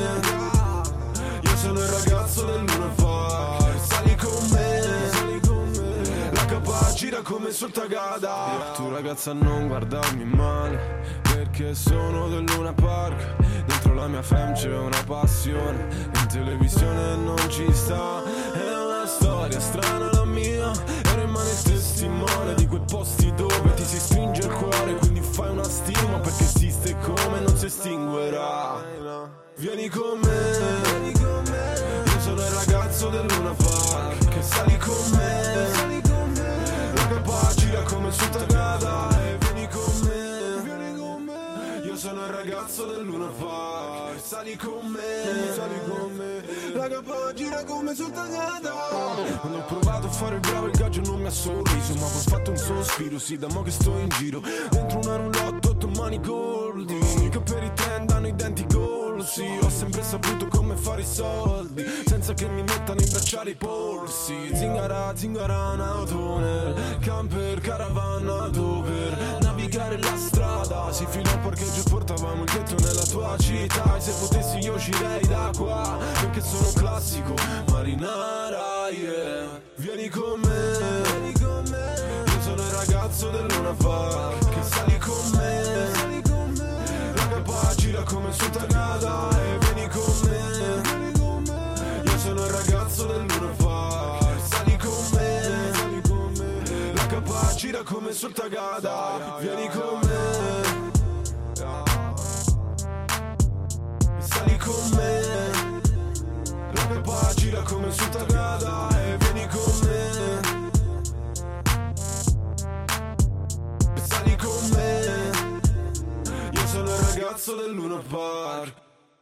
me, io sono il ragazzo del Luna Park. Sali con me, la capa gira come sul Tagada. Tu ragazza non guardarmi male, perché sono del Luna Park. Dentro la mia fam c'è una passione, in televisione non ci sta. È una storia strana la mia, e rimane il testimone di quei posti dove ti si stringe il cuore. Quindi fai una stima, perché esiste come non si estinguerà. Vieni con me, io sono il ragazzo del Luna Park. Che sali con me, la capa gira come su Tagada. E vieni con me, io sono il ragazzo del Luna Park. Sali con me, la capa gira come su Tagada. Quando ho provato a fare il bravo il gaggio non mi ha sorriso, ma ho fatto un sospiro, sì, da mo' che sto in giro. Dentro una roulotte, 8 mani goldi, che per i trend hanno i denti goldi. Sì, ho sempre saputo come fare i soldi, senza che mi mettano in bracciare i polsi. Zingara, zingara, un'auto nel camper, caravana per navigare la strada. Si fino al parcheggio e portavamo il ghetto nella tua città. E se potessi io uscirei da qua, perché sono un classico marinara, yeah. Vieni con me, io sono il ragazzo del Luna Park. Che sali con me, la capa gira come su Tagada. E vieni con me, io sono il ragazzo del Luna Park. Sali con me, la capa gira come sul Tagada. Vieni con me, sali con me, la capa gira come su Tagada. E vieni con me, sali con me, io sono il ragazzo del Luna Park.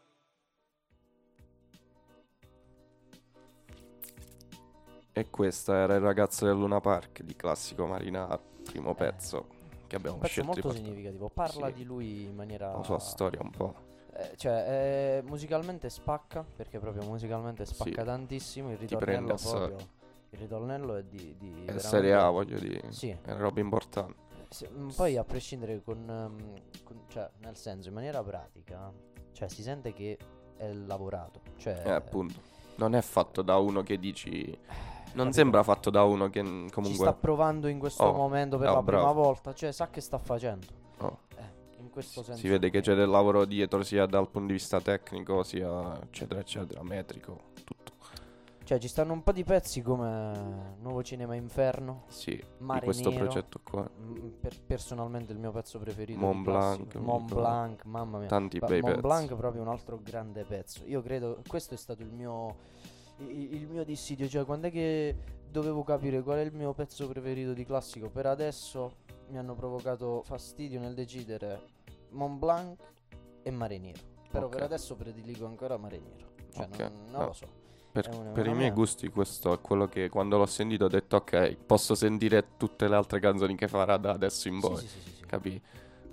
E questo era il ragazzo del Luna Park di Classico Marinaro, primo pezzo che abbiamo un pezzo scelto molto significativo. Parla di lui in maniera, la sua storia un po'. Musicalmente spacca, perché proprio musicalmente spacca tantissimo. Il prende ritornello proprio, il ritornello è di è Serie A, voglio dire, sì. È una roba importante. Poi a prescindere cioè, nel senso, in maniera pratica, cioè si sente che è lavorato, cioè appunto, non è fatto da uno che dici, non sembra fatto da uno che comunque ci sta provando in questo momento per la prima volta, cioè sa che sta facendo. in questo senso. Si vede che c'è del lavoro dietro, sia dal punto di vista tecnico, sia eccetera eccetera, metrico, tutto. Cioè ci stanno un po' di pezzi come Nuovo Cinema Inferno. Sì, Mare di questo Nero, progetto qua. personalmente il mio pezzo preferito. Mont Blanc, Mont Blanc, mamma mia. tanti bei Mont pezzi. Blanc è proprio un altro grande pezzo. Io credo questo è stato il mio dissidio, cioè quando è che dovevo capire qual è il mio pezzo preferito di classico. Per adesso mi hanno provocato fastidio nel decidere Mont Blanc e Mare Nero. Però per adesso prediligo ancora Mare Nero. Cioè non lo so. Per i miei gusti questo è quello che quando l'ho sentito ho detto ok, posso sentire tutte le altre canzoni che farà da adesso in poi, sì. capì?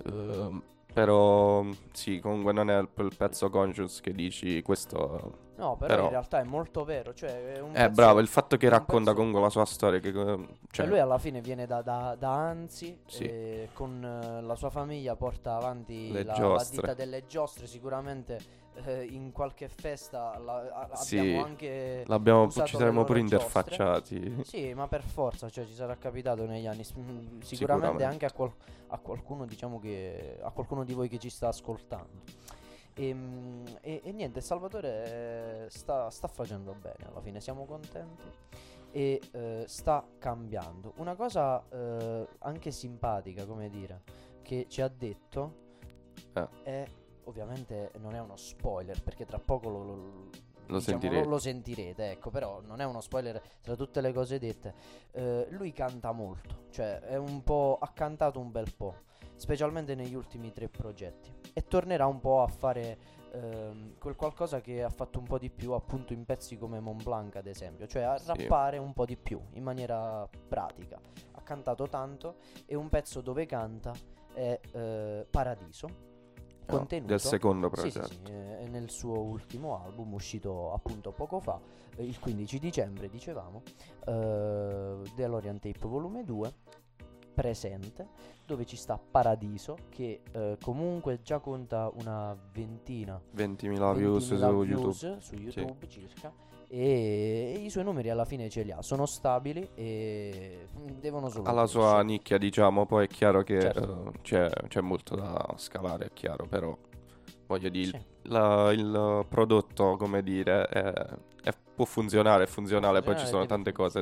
Però sì, comunque non è il pezzo conscious che dici questo. No, però in realtà è molto vero, cioè è un pezzo, bravo, il fatto che è un racconta pezzo- comunque la sua storia che, Cioè lui alla fine viene da Anzi, Sì. con la sua famiglia porta avanti Le la giostre. ditta delle giostre. Sicuramente in qualche festa Sì, abbiamo anche ci usato le saremmo pure loro giostre. interfacciati. Sì, ma per forza, cioè ci sarà capitato negli anni. Sicuramente anche a qualcuno, diciamo che a qualcuno di voi che ci sta ascoltando. E niente, Salvatore sta facendo bene, alla fine siamo contenti e sta cambiando. Una cosa anche simpatica, come dire, che ci ha detto è, ovviamente non è uno spoiler perché tra poco Lo sentirete. lo sentirete, ecco, però non è uno spoiler tra tutte le cose dette. Lui canta molto, cioè ha cantato un bel po', specialmente negli ultimi 3 progetti, e tornerà un po' a fare quel qualcosa che ha fatto un po' di più appunto in pezzi come Mont Blanc ad esempio, cioè a rappare un po' di più in maniera pratica. Ha cantato tanto e un pezzo dove canta è Paradiso, contenuto del secondo progetto. sì, nel suo ultimo album uscito appunto poco fa, il 15 dicembre dicevamo, dell'Orient Tape volume 2 presente, dove ci sta Paradiso che comunque già conta una 20.000 views su YouTube circa, e i suoi numeri alla fine ce li ha, sono stabili e devono solo alla sua nicchia, diciamo. Poi è chiaro che Certo. c'è molto da scalare, è chiaro, però voglio dire, Sì. il prodotto, come dire, può funzionare, è funzionale, poi ci sono deve tante cose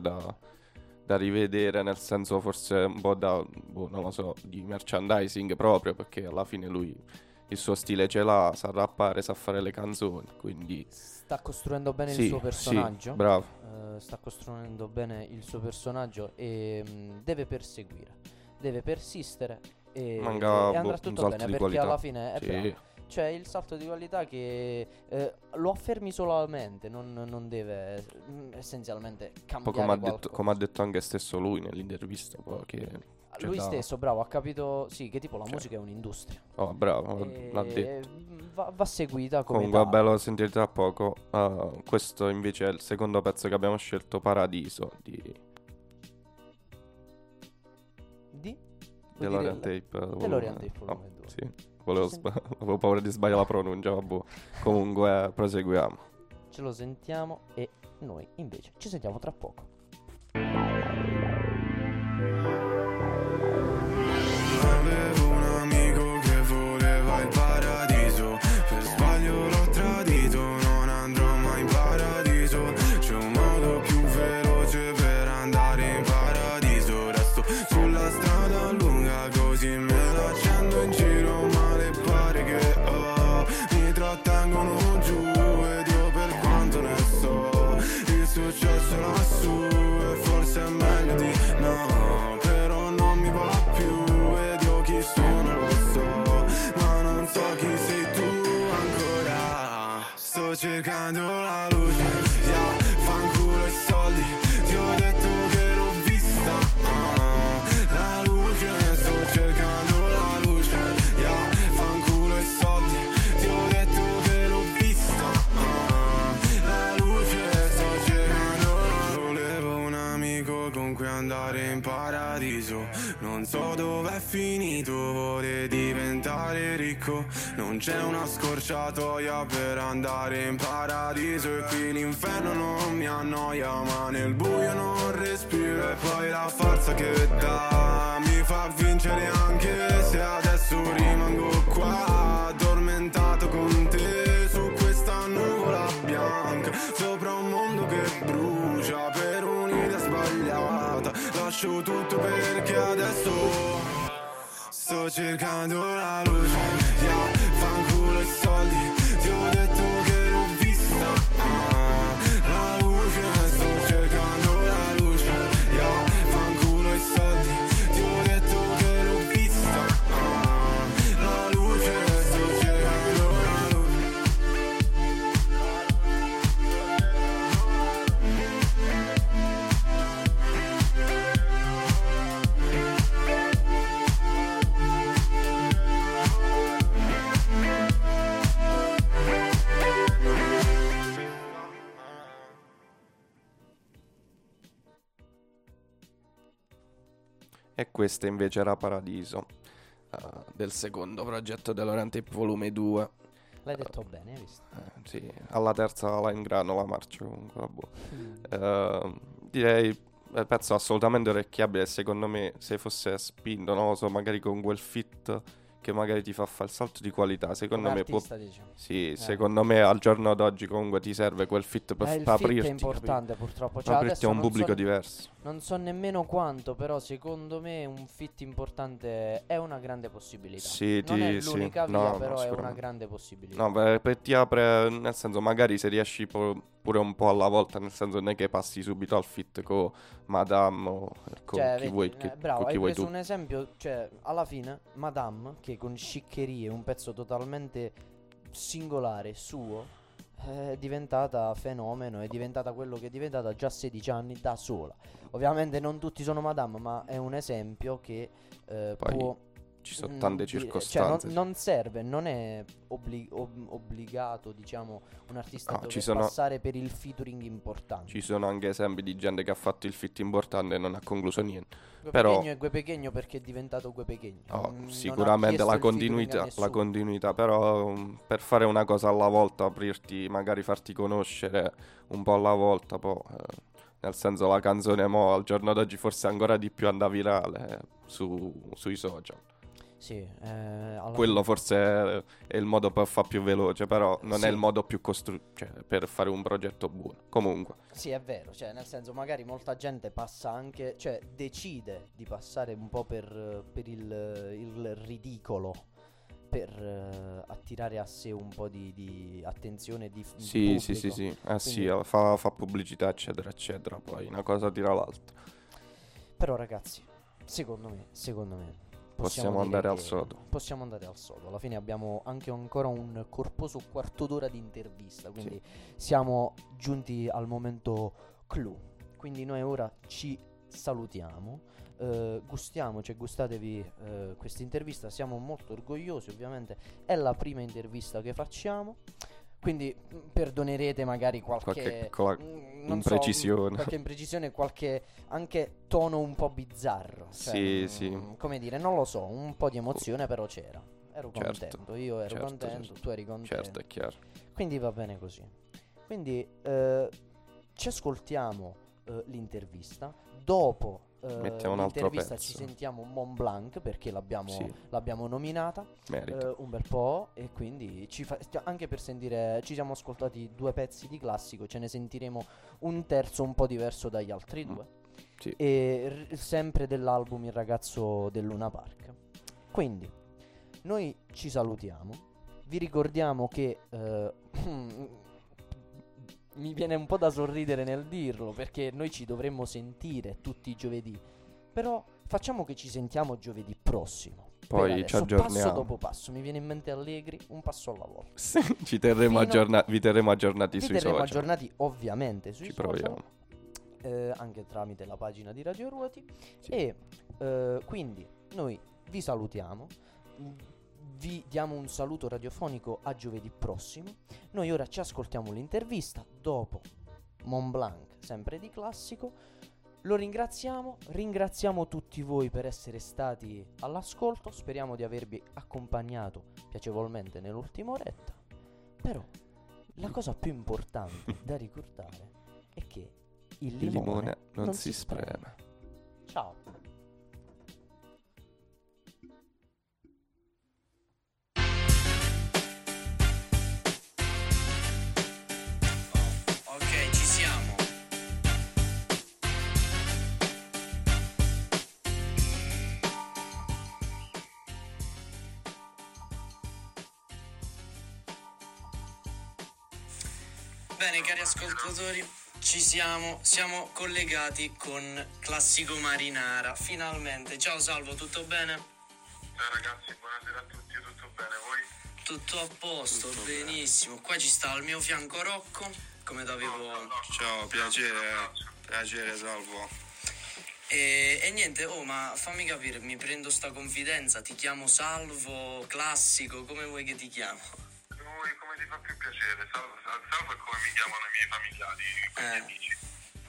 da rivedere, nel senso forse un po' non lo so, di merchandising proprio, perché alla fine lui il suo stile ce l'ha, sa rappare, sa fare le canzoni, quindi sta costruendo bene il suo personaggio. Sì, bravo. Sta costruendo bene il suo personaggio e deve perseguire, deve persistere e andrà un tutto salto bene, di perché qualità. alla fine è Sì. bravo. Cioè il salto di qualità che lo affermi solamente, non deve essenzialmente Un po' cambiare qualcosa. come ha detto anche stesso lui nell'intervista, poi che Lui stesso, bravo, ha capito, sì, che tipo la musica è un'industria. Oh, bravo, l'ha detto. Va seguita come Comunque, tale. bello sentire tra poco. Questo invece è il secondo pezzo che abbiamo scelto, Paradiso, dell'Orient Tape. Dell'Orient Tape volume 2. Sì, avevo paura di sbagliare la pronuncia, vabbè. Comunque, proseguiamo. Ce lo sentiamo e noi invece ci sentiamo tra poco. Avevo un amico che voleva il paradiso, per sbaglio l'ho tradito, non andrò mai in paradiso. C'è un modo più veloce per andare in paradiso, resto sulla strada lunga così me la accendo in giro, ma le pare che mi trattengono giù ed io per quanto ne so, il successo è lassù e forse è meglio di no, però non mi va più ed io chi sono lo so, ma non so chi sei tu ancora. Sto cercando la luce, fanculo e soldi, ti ho detto che l'ho vista, la luce, sto cercando la luce, fanculo e soldi, ti ho detto che l'ho vista, la luce, sto cercando. Volevo un amico con cui andare in paradiso, non so dov'è finito, vuole diventare ricco, non c'è una scorciatoia per andare in paradiso, e qui l'inferno non mi annoia, ma nel buio non respiro, e poi la forza che dà mi fa vincere anche se adesso rimango bianche sopra un mondo che brucia per un'idea sbagliata. Lascio tutto perché adesso sto cercando la luce. Yeah, fanculo i soldi, ti ho detto che l'ho vista. La luce, sto cercando la luce. Yeah, fanculo i soldi, ti ho detto che l'ho vista. La luce, sto cercando la luce. E questa invece era Paradiso, del secondo progetto dell'Oriente Hip Volume 2. L'hai detto bene, hai visto? Sì, alla terza la ingrano la marcia comunque. Direi pezzo assolutamente orecchiabile. Secondo me, se fosse spinto, non lo so, magari con quel fit che magari ti fa fare il salto di qualità, secondo Come me artista, diciamo. Sì, secondo me al giorno d'oggi comunque ti serve quel fit per il aprirti. fit è importante, purtroppo. Cioè, aprirti a un pubblico diverso. Non so nemmeno quanto, però secondo me un fit importante è una grande possibilità. Sì, non è l'unica via, no, però è una sicuramente. grande possibilità. No, beh, ti apre, nel senso, magari se riesci pure un po' alla volta, nel senso non è che passi subito al fit con Madame o con Cioè, chi vedi, vuoi, bravo, con chi hai vuoi preso tu. un esempio, cioè, alla fine Madame, che con Sciccherie, un pezzo totalmente singolare, suo, è diventata fenomeno, è diventata quello che è diventata già a 16 anni da sola. Ovviamente non tutti sono Madame, ma è un esempio che Poi può... ci sono tante cioè, circostanze. non serve, non è obbligato, diciamo, un artista No, a ci dover sono- passare per il featuring importante. Ci sono anche esempi di gente che ha fatto il fit importante e non ha concluso niente. Gue Però Pequeno è Gue Pequeno perché è diventato Gue Pequeno. Non ha sicuramente chiesto la il featuring a continuità, nessuno. però per fare una cosa alla volta, aprirti, magari farti conoscere un po' alla volta, poi nel senso la canzone mo al giorno d'oggi forse ancora di più andava virale sui social. Sì, alla Quello forse è il modo per far più veloce, però non Sì. è il modo più cioè, per fare un progetto buono. Comunque, Sì, è vero, cioè nel senso magari molta gente passa anche, cioè decide di passare un po' per il ridicolo, per attirare a sé un po' di attenzione di sì, pubblico. sì. Quindi- Fa pubblicità, eccetera, eccetera. Poi una cosa tira l'altra. Però ragazzi, secondo me Possiamo dire andare al che sodo. Possiamo andare al sodo. Alla fine abbiamo anche ancora un corposo quarto d'ora di intervista, quindi siamo giunti al momento clou. Quindi noi ora ci salutiamo. Gustatevi questa intervista. Siamo molto orgogliosi, ovviamente. È la prima intervista che facciamo. Quindi perdonerete magari qualche non so, imprecisione. qualche imprecisione, qualche anche tono un po' bizzarro. Cioè, Sì. come dire, non lo so, un po' di emozione però c'era. Ero Certo, contento, io ero certo, contento, certo. tu eri contento. Certo, è chiaro. Quindi va bene così. Quindi ci ascoltiamo l'intervista. Dopo Mettiamo un altro l'intervista ci pezzo. sentiamo Mont Blanc perché l'abbiamo nominata Merito. un bel po', e quindi anche per sentire, ci siamo ascoltati 2 pezzi di classico, ce ne sentiremo un terzo un po' diverso dagli altri 2. Sì. E sempre dell'album Il ragazzo del Luna Park. Quindi noi ci salutiamo. Vi ricordiamo che mi viene un po' da sorridere nel dirlo, perché noi ci dovremmo sentire tutti i giovedì. Però facciamo che ci sentiamo giovedì prossimo. Poi Per ci adesso, aggiorniamo. passo dopo passo. Mi viene in mente Allegri, un passo alla volta. Sì, vi terremo aggiornati Vi sui terremo social. aggiornati ovviamente sui Ci social, proviamo. anche tramite la pagina di Radio Ruoti. Sì. E quindi noi vi salutiamo, vi diamo un saluto radiofonico a giovedì prossimo. Noi ora ci ascoltiamo l'intervista, dopo Mont Blanc, sempre di classico. Lo ringraziamo tutti voi per essere stati all'ascolto. Speriamo di avervi accompagnato piacevolmente nell'ultima oretta. Però la cosa più importante da ricordare è che il Il limone non si spreme. Ciao. Bene, cari ascoltatori, ci siamo collegati con Classico Marinara, finalmente. Ciao Salvo, tutto bene? Ciao ragazzi, buonasera a tutti, tutto bene, voi? Tutto a posto, tutto benissimo. Bene. Qua ci sta al mio fianco Rocco, come t'avevo... Ciao, piacere Salvo. E niente, ma fammi capire, mi prendo sta confidenza, ti chiamo Salvo, Classico, come vuoi che ti chiamo? Come ti fa più piacere, Salvo è come mi chiamano i miei familiari, i miei amici.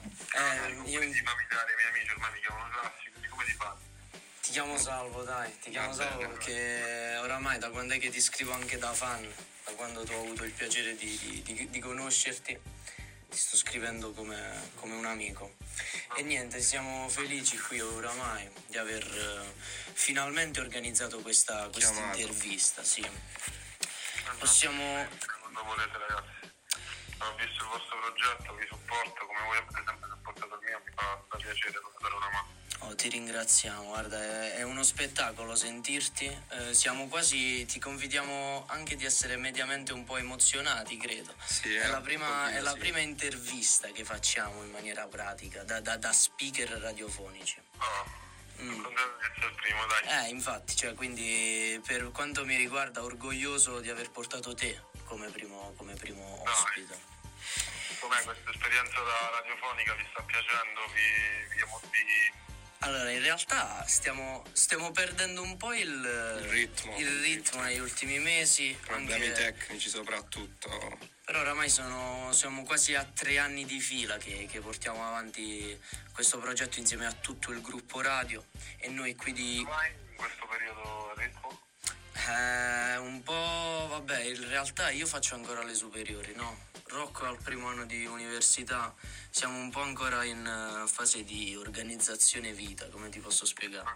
I familiari, i miei amici ormai mi chiamano Classico, come ti fa? Ti chiamo Salvo, dai, ti chiamo Salvo perché oramai da quando è che ti scrivo anche da fan, da quando tu ho avuto il piacere di conoscerti, ti sto scrivendo come un amico. E niente, siamo felici qui oramai di aver finalmente organizzato questa intervista, sì. Possiamo... Quando volete ragazzi, ho visto il vostro progetto, vi supporto, come voi avete sempre supportato il mio, mi fa piacere dare una mano. Ti ringraziamo, guarda, è uno spettacolo sentirti, siamo quasi, ti confidiamo anche di essere mediamente un po' emozionati, credo. Sì, è la prima intervista che facciamo in maniera pratica, da speaker radiofonici. Contento di essere il primo, dai. Infatti, cioè, quindi per quanto mi riguarda orgoglioso di aver portato te come primo ospite. Com'è questa esperienza radiofonica, vi sta piacendo, vi Allora, in realtà stiamo perdendo un po' il ritmo negli ultimi mesi. Problemi tecnici soprattutto. Però oramai siamo quasi a 3 anni di fila che portiamo avanti questo progetto insieme a tutto il gruppo radio. E noi qui in questo periodo ritmo? Un po', vabbè, in realtà io faccio ancora le superiori, no? Rocco al primo anno di università, siamo un po' ancora in fase di organizzazione vita, come ti posso spiegare?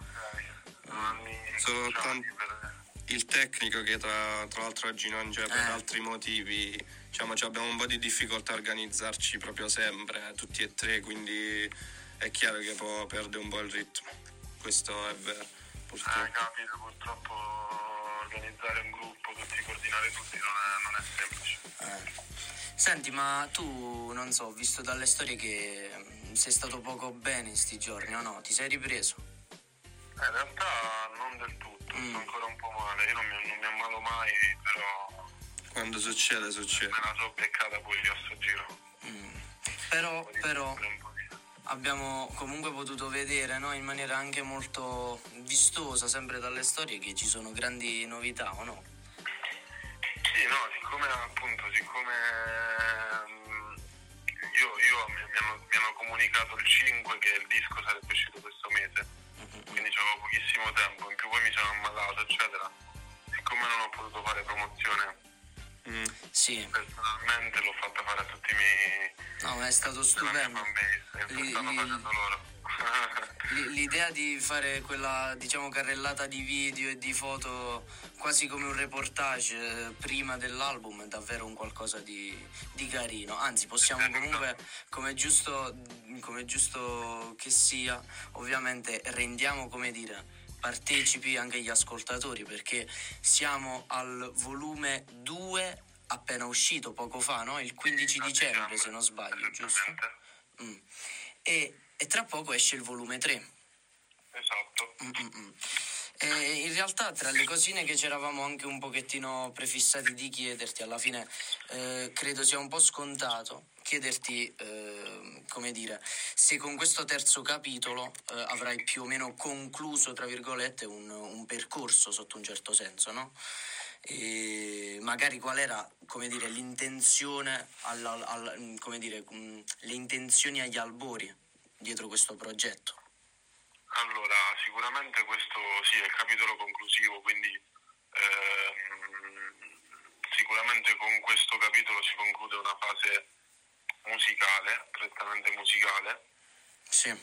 Soltanto il tecnico che tra l'altro oggi non c'è per altri motivi, diciamo abbiamo un po' di difficoltà a organizzarci proprio sempre, tutti e tre, quindi è chiaro che può perdere un po' il ritmo, questo è vero, purtroppo. Capito, purtroppo organizzare un gruppo, coordinare tutti non è semplice. Senti, ma tu, non so, ho visto dalle storie che sei stato poco bene in sti giorni, o no? Ti sei ripreso? In realtà non del tutto, sto ancora un po' male, io non mi ammalo mai, però... Quando succede. Me la so beccata pure io a sto giro. Però abbiamo comunque potuto vedere, no, in maniera anche molto vistosa, sempre dalle storie, che ci sono grandi novità, o no? Sì, no, siccome mi hanno comunicato il 5 che il disco sarebbe uscito questo mese, quindi c'avevo pochissimo tempo, in più poi mi sono ammalato, eccetera. Siccome non ho potuto fare promozione, sì, personalmente l'ho fatta fare a tutti i miei... No, ma è stato stupendo. Stanno facendo loro. L'idea di fare quella, diciamo, carrellata di video e di foto quasi come un reportage prima dell'album è davvero un qualcosa di carino, anzi possiamo comunque, come giusto che sia, ovviamente rendiamo, come dire, partecipi anche gli ascoltatori, perché siamo al volume 2 appena uscito poco fa, no? Il 15 dicembre se non sbaglio, giusto? E tra poco esce il volume 3. Esatto. E in realtà tra le cosine che ci eravamo anche un pochettino prefissati di chiederti, alla fine credo sia un po' scontato chiederti, come dire, se con questo terzo capitolo avrai più o meno concluso, tra virgolette, un percorso sotto un certo senso, no? E magari qual era, come dire, l'intenzione come dire, le intenzioni agli albori dietro questo progetto? Allora, sicuramente questo sì è il capitolo conclusivo, quindi sicuramente con questo capitolo si conclude una fase musicale, prettamente musicale. Sì.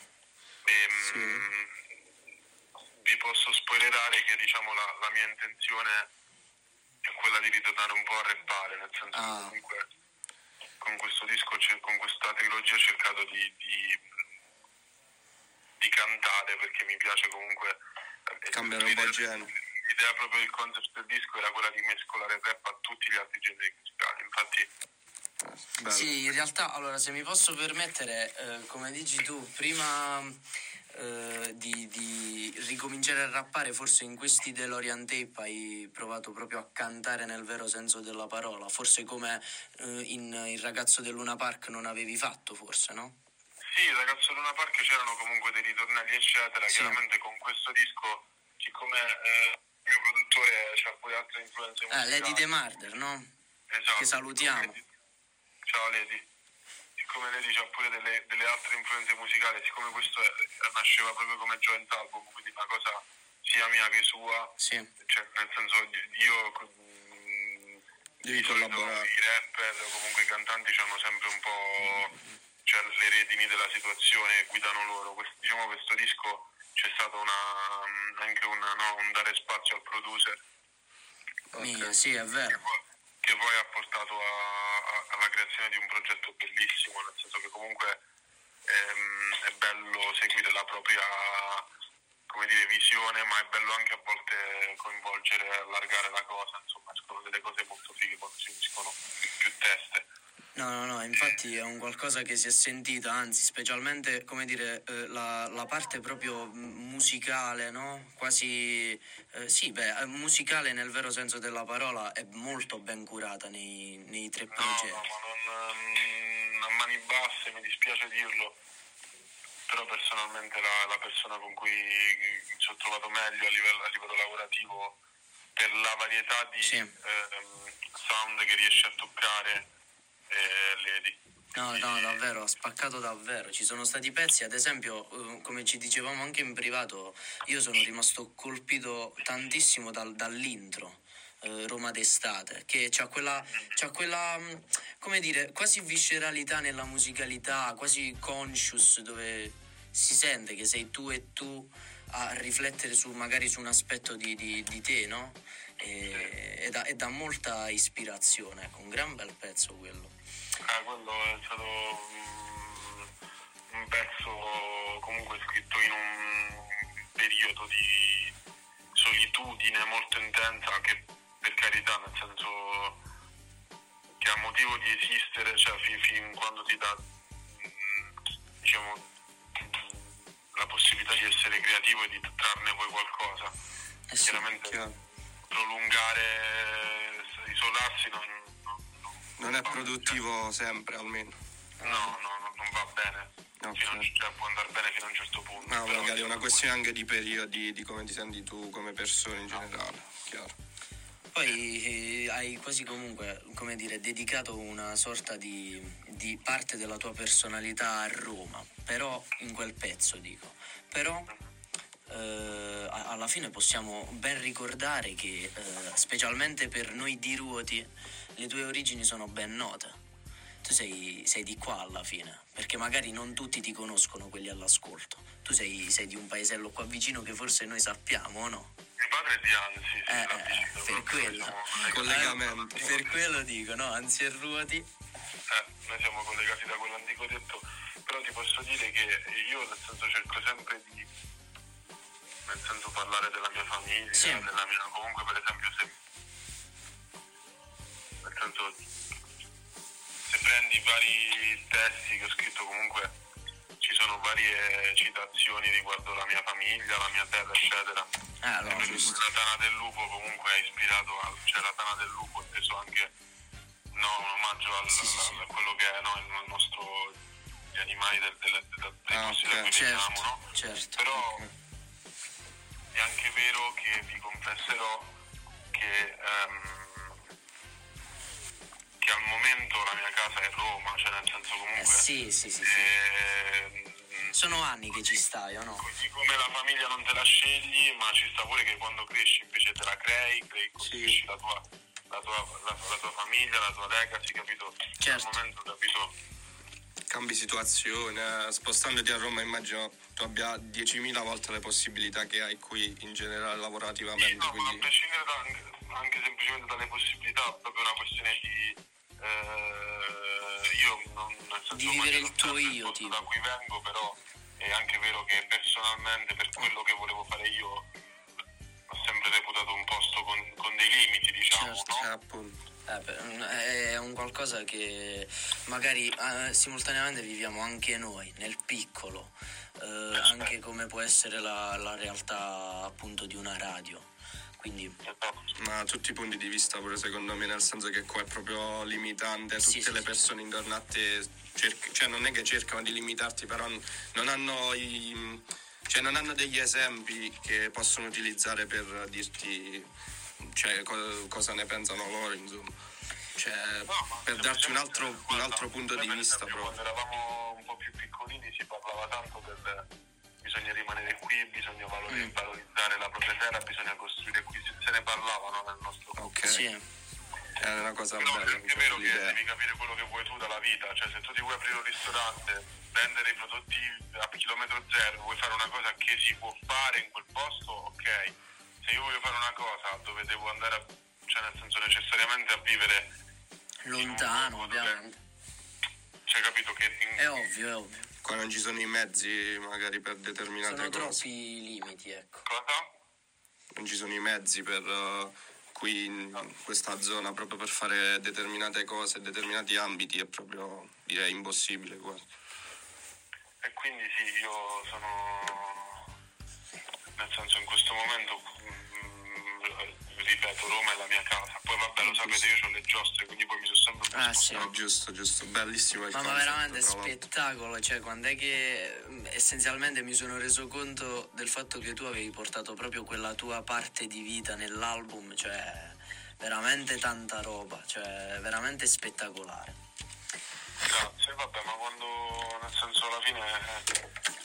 Vi posso spoilerare che, diciamo, la mia intenzione è quella di ritornare un po' a rappare, nel senso che comunque con questo disco, con questa trilogia ho cercato di cantare, perché mi piace comunque cambiare un po' il genere. L'idea proprio del concept del disco era quella di mescolare il rap a tutti gli altri generi musicali, infatti Bello. Sì, in realtà, allora, se mi posso permettere, come dici tu, prima di ricominciare a rappare, forse in questi DeLorean Tape hai provato proprio a cantare nel vero senso della parola, forse come in Il ragazzo del Luna Park non avevi fatto, forse, no? Sì, il ragazzo Luna Park c'erano comunque dei ritornelli eccetera, Sì. Chiaramente con questo disco, siccome il mio produttore c'ha pure altre influenze musicali. Lady De Marder, no? Esatto. Che salutiamo. Ciao Lady. Siccome Lady c'ha pure delle altre influenze musicali, siccome questo nasceva proprio come joint album, quindi una cosa sia mia che sua, sì. Cioè nel senso io devi collaborare. I rapper o comunque i cantanti hanno sempre un po' cioè, le redini della situazione e guidano loro. Diciamo questo disco c'è stato anche un dare spazio al producer. Okay. Sì, è vero. Che poi ha portato alla creazione di un progetto bellissimo, nel senso che comunque è bello seguire la propria, come dire, visione, ma è bello anche a volte coinvolgere e allargare la cosa, insomma, escono delle cose molto fighe quando si uniscono più teste. No, infatti è un qualcosa che si è sentita, anzi, specialmente, come dire, la parte proprio musicale, no? Quasi, musicale nel vero senso della parola, è molto ben curata nei tre progetti. No, ma non a mani basse, mi dispiace dirlo, però personalmente la persona con cui ci ho trovato meglio a livello lavorativo, per la varietà di sound che riesce a toccare, Lady. No, davvero, ha spaccato davvero. Ci sono stati pezzi, ad esempio, come ci dicevamo anche in privato, io sono rimasto colpito tantissimo dall'intro, Roma d'estate, che c'ha quella, come dire, quasi visceralità nella musicalità, quasi conscious, dove si sente che sei tu e tu a riflettere magari su un aspetto di te, no? E dà molta ispirazione, ecco, un gran bel pezzo quello. Quello è stato un pezzo comunque scritto in un periodo di solitudine molto intensa, che per carità, nel senso che ha motivo di esistere, cioè fin quando ti dà diciamo la possibilità di essere creativo e di trarne poi qualcosa. Chiaramente prolungare, isolarsi non è produttivo sempre, almeno. No, non va bene. Cioè, può andare bene fino a un certo punto. No, magari è una questione anche di periodi, di come ti senti tu come persona in generale, chiaro. Poi hai quasi comunque, come dire, dedicato una sorta di parte della tua personalità a Roma, però in quel pezzo dico. Però alla fine possiamo ben ricordare che specialmente per noi di Ruoti le tue origini sono ben note. Tu sei di qua alla fine, perché magari non tutti ti conoscono, quelli all'ascolto. Tu sei di un paesello qua vicino che forse noi sappiamo, o no? Mio padre è di Anzi, per quello. Collegamento. Per quello dico, no? Anzi e Ruoti. Noi siamo collegati da quell'antico detto, però ti posso dire che io nel senso cerco sempre di parlare della mia famiglia, della mia, comunque per esempio se prendi i vari testi che ho scritto, comunque ci sono varie citazioni riguardo la mia famiglia, la mia terra, eccetera. La Tana del Lupo comunque è ispirato cioè la Tana del Lupo è preso anche un omaggio a quello che è il nostro, gli animali dei posti da cui veniamo, no? Certo. Però è anche vero che vi confesserò che al momento la mia casa è Roma, cioè nel senso comunque sì. Sono anni che ci stai, o no? Così come la famiglia non te la scegli, ma ci sta pure che quando cresci invece te la crei costruisci la tua famiglia, la tua legacy, capito? Certo. Al momento, capito? Cambi situazione, spostandoti a Roma immagino tu abbia 10.000 volte le possibilità che hai qui in generale lavorativamente. No, quindi... ma a prescindere anche semplicemente dalle possibilità, è proprio una questione di io non nel senso di vivere il tuo io, tipo. Da cui vengo, però è anche vero che personalmente per quello che volevo fare io ho sempre reputato un posto con dei limiti, diciamo, certo. no? Appunto. È un qualcosa che magari simultaneamente viviamo anche noi, nel piccolo, anche come può essere la realtà appunto di una radio. Quindi ma tutti i punti di vista pure secondo me, nel senso che qua è proprio limitante, tutte le persone intorno a te cioè non è che cercano di limitarti, però non hanno non hanno degli esempi che possono utilizzare per dirti cioè cosa ne pensano loro, insomma, cioè per darci un altro punto di vista proprio. Quando eravamo un po' più piccolini si parlava tanto del bisogna rimanere qui, bisogna valorizzare la propria terra, bisogna costruire qui, se ne parlavano nel nostro ok, sì. È una cosa però bella. È vero che devi capire quello che vuoi tu dalla vita, cioè se tu ti vuoi aprire un ristorante, vendere i prodotti a chilometro zero, vuoi fare una cosa che si può fare in quel posto, ok. Se io voglio fare una cosa dove devo andare cioè nel senso necessariamente a vivere lontano, ovviamente, cioè capito che è ovvio. Qua non ci sono i mezzi magari per determinate cose. Sono cose. Troppi limiti, ecco. Cosa? Non ci sono i mezzi per qui in questa zona proprio per fare determinate cose, determinati ambiti, è proprio direi impossibile qua. E quindi sì, io sono nel senso in questo momento ripeto, Roma è la mia casa, poi vabbè lo sapete, io ho le giostre, quindi poi mi sono sempre spostato. Giusto, bellissimo il ma veramente spettacolo, cioè quando è che essenzialmente mi sono reso conto del fatto che tu avevi portato proprio quella tua parte di vita nell'album, cioè veramente tanta roba, cioè veramente spettacolare. Grazie, vabbè, ma quando nel senso alla fine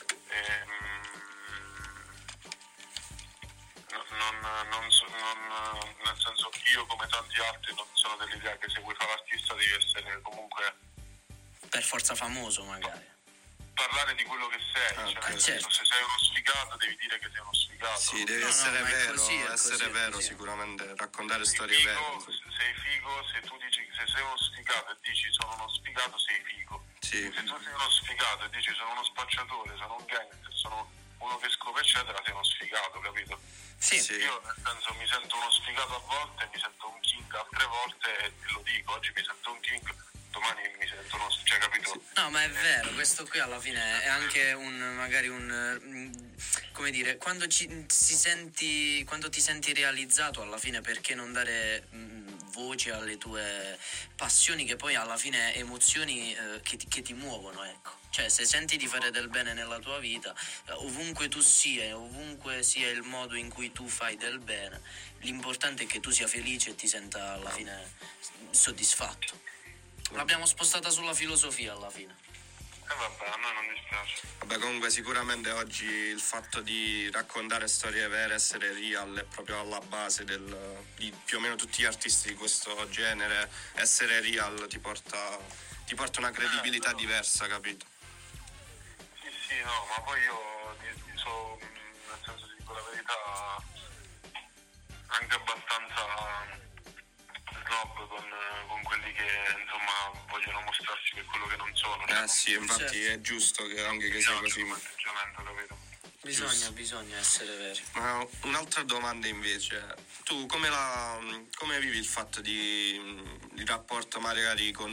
nel senso io come tanti altri non sono dell'idea che se vuoi fare l'artista devi essere comunque per forza famoso magari, parlare di quello che sei, cioè nel senso, se sei uno sfigato devi dire che sei uno sfigato, sì, devi essere vero, essere vero sicuramente, raccontare storie vere. Sei figo se tu dici, se sei uno sfigato e dici sono uno sfigato, sei figo. Sì. Se tu sei uno sfigato e dici sono uno spacciatore, sono un gangster, sono uno che scopre eccetera, sei uno sfigato, capito? Sì. Io nel senso mi sento uno sfigato a volte, mi sento un king altre volte e lo dico, oggi mi sento un king, domani mi sento uno, cioè capito? Sì. No, ma è vero, questo qui alla fine è anche magari come dire, quando ti senti realizzato alla fine, perché non dare voce alle tue passioni, che poi alla fine emozioni che ti muovono, ecco. Cioè se senti di fare del bene nella tua vita, ovunque tu sia, ovunque sia il modo in cui tu fai del bene, l'importante è che tu sia felice e ti senta alla fine soddisfatto. L'abbiamo spostata sulla filosofia alla fine. Vabbè, a noi non dispiace. Vabbè, comunque sicuramente oggi il fatto di raccontare storie vere, essere real, è proprio alla base di più o meno tutti gli artisti di questo genere. Essere real ti porta una credibilità diversa, capito? Sì, no, ma poi io nel senso, dico la verità, anche abbastanza snob con quelli che insomma vogliono mostrarsi per quello che non sono. Cioè, sì, infatti è giusto che anche che sia così. Capito? Bisogna essere veri. Ma un'altra domanda invece, tu come vivi il fatto di rapporto magari con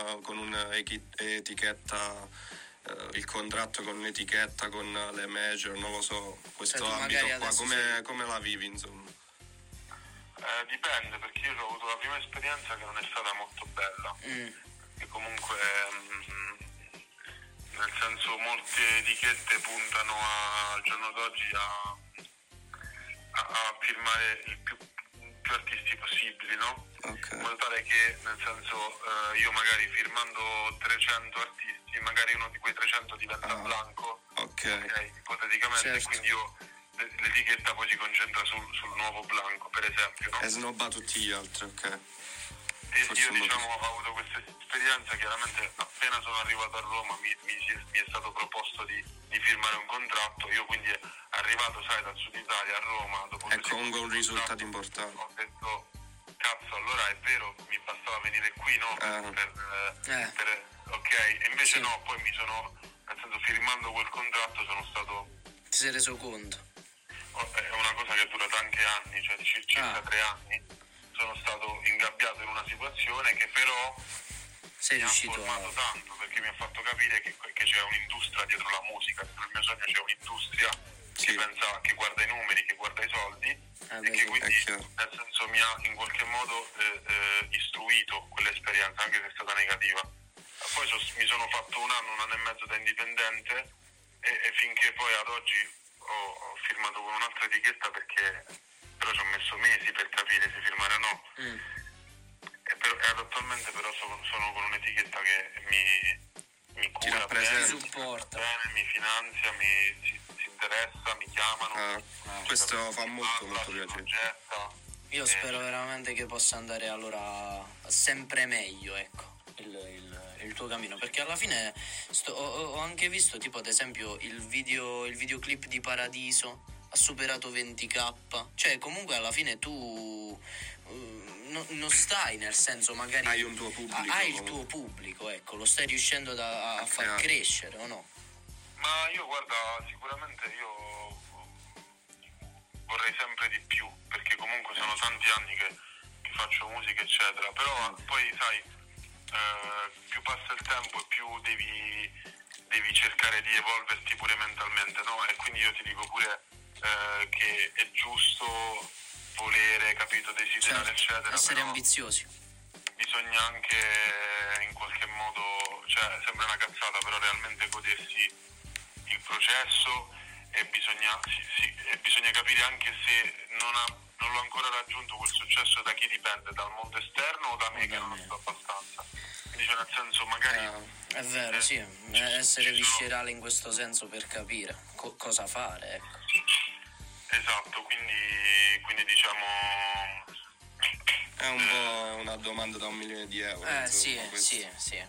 un'etichetta, il contratto con un'etichetta, con le major, non lo so, questo ambito qua, come la vivi insomma? Dipende, perché io ho avuto la prima esperienza che non è stata molto bella, che comunque nel senso molte etichette puntano al giorno d'oggi a firmare il più artisti possibili, no? Okay. In modo tale che nel senso io magari firmando 300 artisti, magari uno di quei 300 diventa blanco, ok, ipoteticamente, certo. Quindi l'etichetta poi si concentra sul nuovo blanco, per esempio, no? E snobba tutti gli altri, ok. E io diciamo ho avuto questa esperienza, chiaramente appena sono arrivato a Roma mi è stato proposto di firmare un contratto, io quindi arrivato dal sud Italia a Roma, dopo è comunque un risultato importante. Ho detto cazzo, allora è vero, mi bastava venire qui, no? Ok, e invece no, poi nel senso, firmando quel contratto sono stato... Ti sei reso conto? È una cosa che è durata anche anni, cioè circa 3 anni. sono stato ingabbiato in una situazione che però sei riuscito mi ha formato tanto, perché mi ha fatto capire che c'è un'industria dietro la musica, dietro il mio sogno c'è un'industria che pensa, che guarda i numeri, che guarda i soldi e che quindi nel senso mi ha in qualche modo istruito quell'esperienza, anche se è stata negativa. Poi mi sono fatto un anno e mezzo da indipendente e finché poi ad oggi ho firmato con un'altra etichetta, perché però ci ho messo mesi per capire se firmare o no. Ed attualmente però sono con un'etichetta che mi cura bene, mi supporta bene, mi finanzia, si interessa, mi chiamano. Questo fa molto piacere. Io spero veramente che possa andare allora sempre meglio, ecco, il tuo cammino, perché alla fine ho anche visto, tipo ad esempio il videoclip di Paradiso ha superato 20k, cioè comunque alla fine tu non stai, nel senso, magari hai un tuo pubblico, hai il tuo pubblico, ecco, lo stai riuscendo a far crescere o no? Ma io guarda, sicuramente io vorrei sempre di più, perché comunque sono tanti anni che faccio musica eccetera, però poi sai, più passa il tempo e più devi cercare di evolverti pure mentalmente, no? E quindi io ti dico pure che è giusto volere, capito, desiderare eccetera, essere però ambiziosi. Bisogna anche in qualche modo, cioè sembra una cazzata, però realmente godersi il processo, e bisogna capire anche se non l'ho ancora raggiunto quel successo, da chi dipende, dal mondo esterno o da me che non sto abbastanza. Quindi cioè, nel senso, magari è vero, sì, essere viscerale in questo senso per capire cosa fare, ecco. Esatto, quindi diciamo è un po' una domanda da €1.000.000. Sì.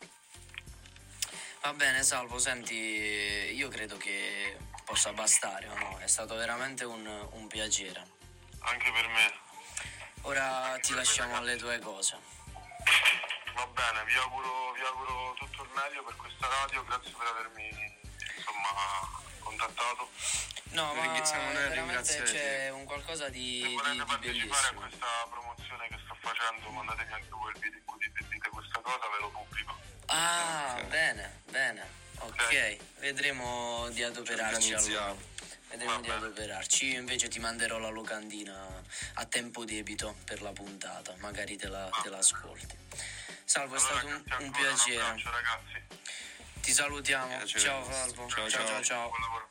Va bene, Salvo, senti, io credo che possa bastare, o no? È stato veramente un piacere. Anche per me. Ora ti lasciamo alle tue cose. Va bene, vi auguro tutto il meglio per questa radio, grazie per avermi contattato. No, ma veramente c'è un qualcosa di volete partecipare bellissimo a questa promozione che sto facendo, mandatemi anche voi il video in cui dite questa cosa, ve lo pubblico. Bene, ok, vedremo di adoperarci allora. Io invece ti manderò la locandina a tempo debito per la puntata, magari te la ascolti. Salvo, allora, è stato un piacere. Un abbraccio, ragazzi. Ti salutiamo. Ciao Salvo. Ciao. Buon lavoro.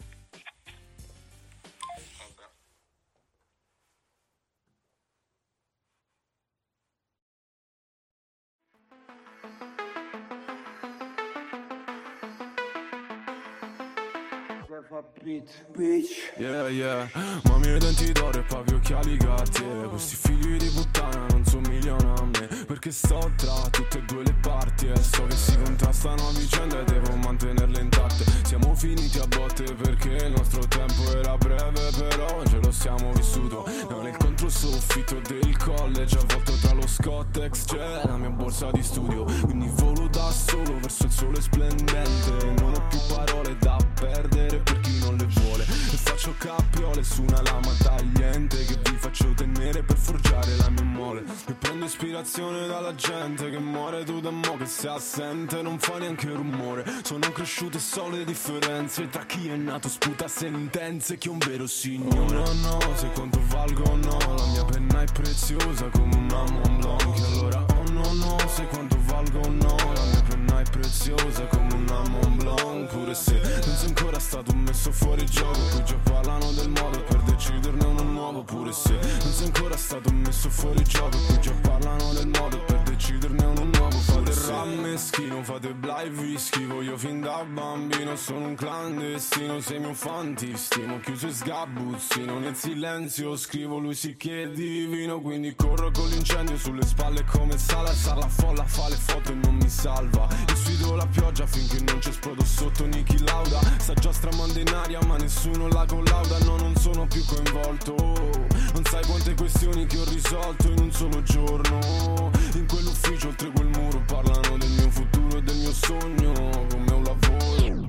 Yeah, ma miei denti d'oro e papi occhiali Cartier. Questi figli di puttana non somigliano a me, perché sto tra tutte e due le parti e so che si contrastano a vicenda e devo mantenerle intatte. Siamo finiti a botte perché il nostro tempo era breve, però ce lo siamo vissuto nel controsoffitto del college, avvolto tra lo Scottex c'è la mia borsa di studio, quindi volo da solo verso il sole splendente. Non ho più parole da perdere per chi non le vuole, e faccio capriole su una lama tagliente che vi faccio tenere per forgiare la mia mole. E prendo ispirazione dalla gente che muore, tu da mo' che sei assente non fa neanche rumore. Sono cresciute solo le differenze tra chi è nato sputa sentenze, chi è un vero signore. Oh no, sai quanto valgo o no, la mia penna è preziosa come una Mont Blanc. Allora oh no, sai quanto valgo o no, la mia penna è preziosa come una Mont Blanc. Pure se non sei ancora stato messo fuori gioco, qui già parlano del modo per deciderne uno nuovo. Pure se non sei ancora stato messo fuori gioco, qui già parlano del modo per deciderne uno nuovo. Fate rap meschino, fate blind whisky, voglio fin da bambino, sono un clandestino, sei mio fantistimo, chiuso e sgabuzzino, nel silenzio scrivo lui sì che è divino, quindi corro con l'incendio sulle spalle come Salazar, la folla fa le foto e non mi salva, io sfido la pioggia finché non c'è esplodo sotto Niki Lauda, sta già stramando in aria ma nessuno la collauda, no non sono più coinvolto, non sai quante questioni che ho risolto in un solo giorno, in quell'ufficio oltre quel muro parlano del mio futuro e del mio sogno, come un lavoro che mi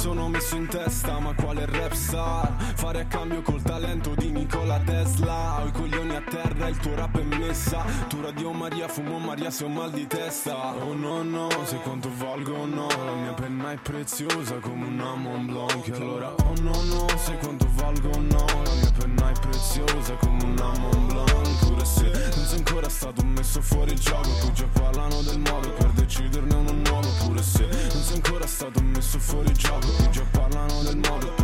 sono messo in testa, ma quale rap star? Fare a cambio col talento di Nikola Tesla. Ho i coglioni a terra, il tuo rap è messa. Tu Radio Maria, fumo Maria, sei un mal di testa. Oh no no, sai quanto valgo no. La mia penna è preziosa come una Mont Blanc. Allora oh no no, sai quanto valgo no. La mia penna è preziosa come una Mont Blanc. Pure se non sei ancora stato messo fuori gioco, tu già parlano del modo per deciderne uno nuovo. Pure se non sei ancora stato messo fuori gioco, tu già parlano del modo per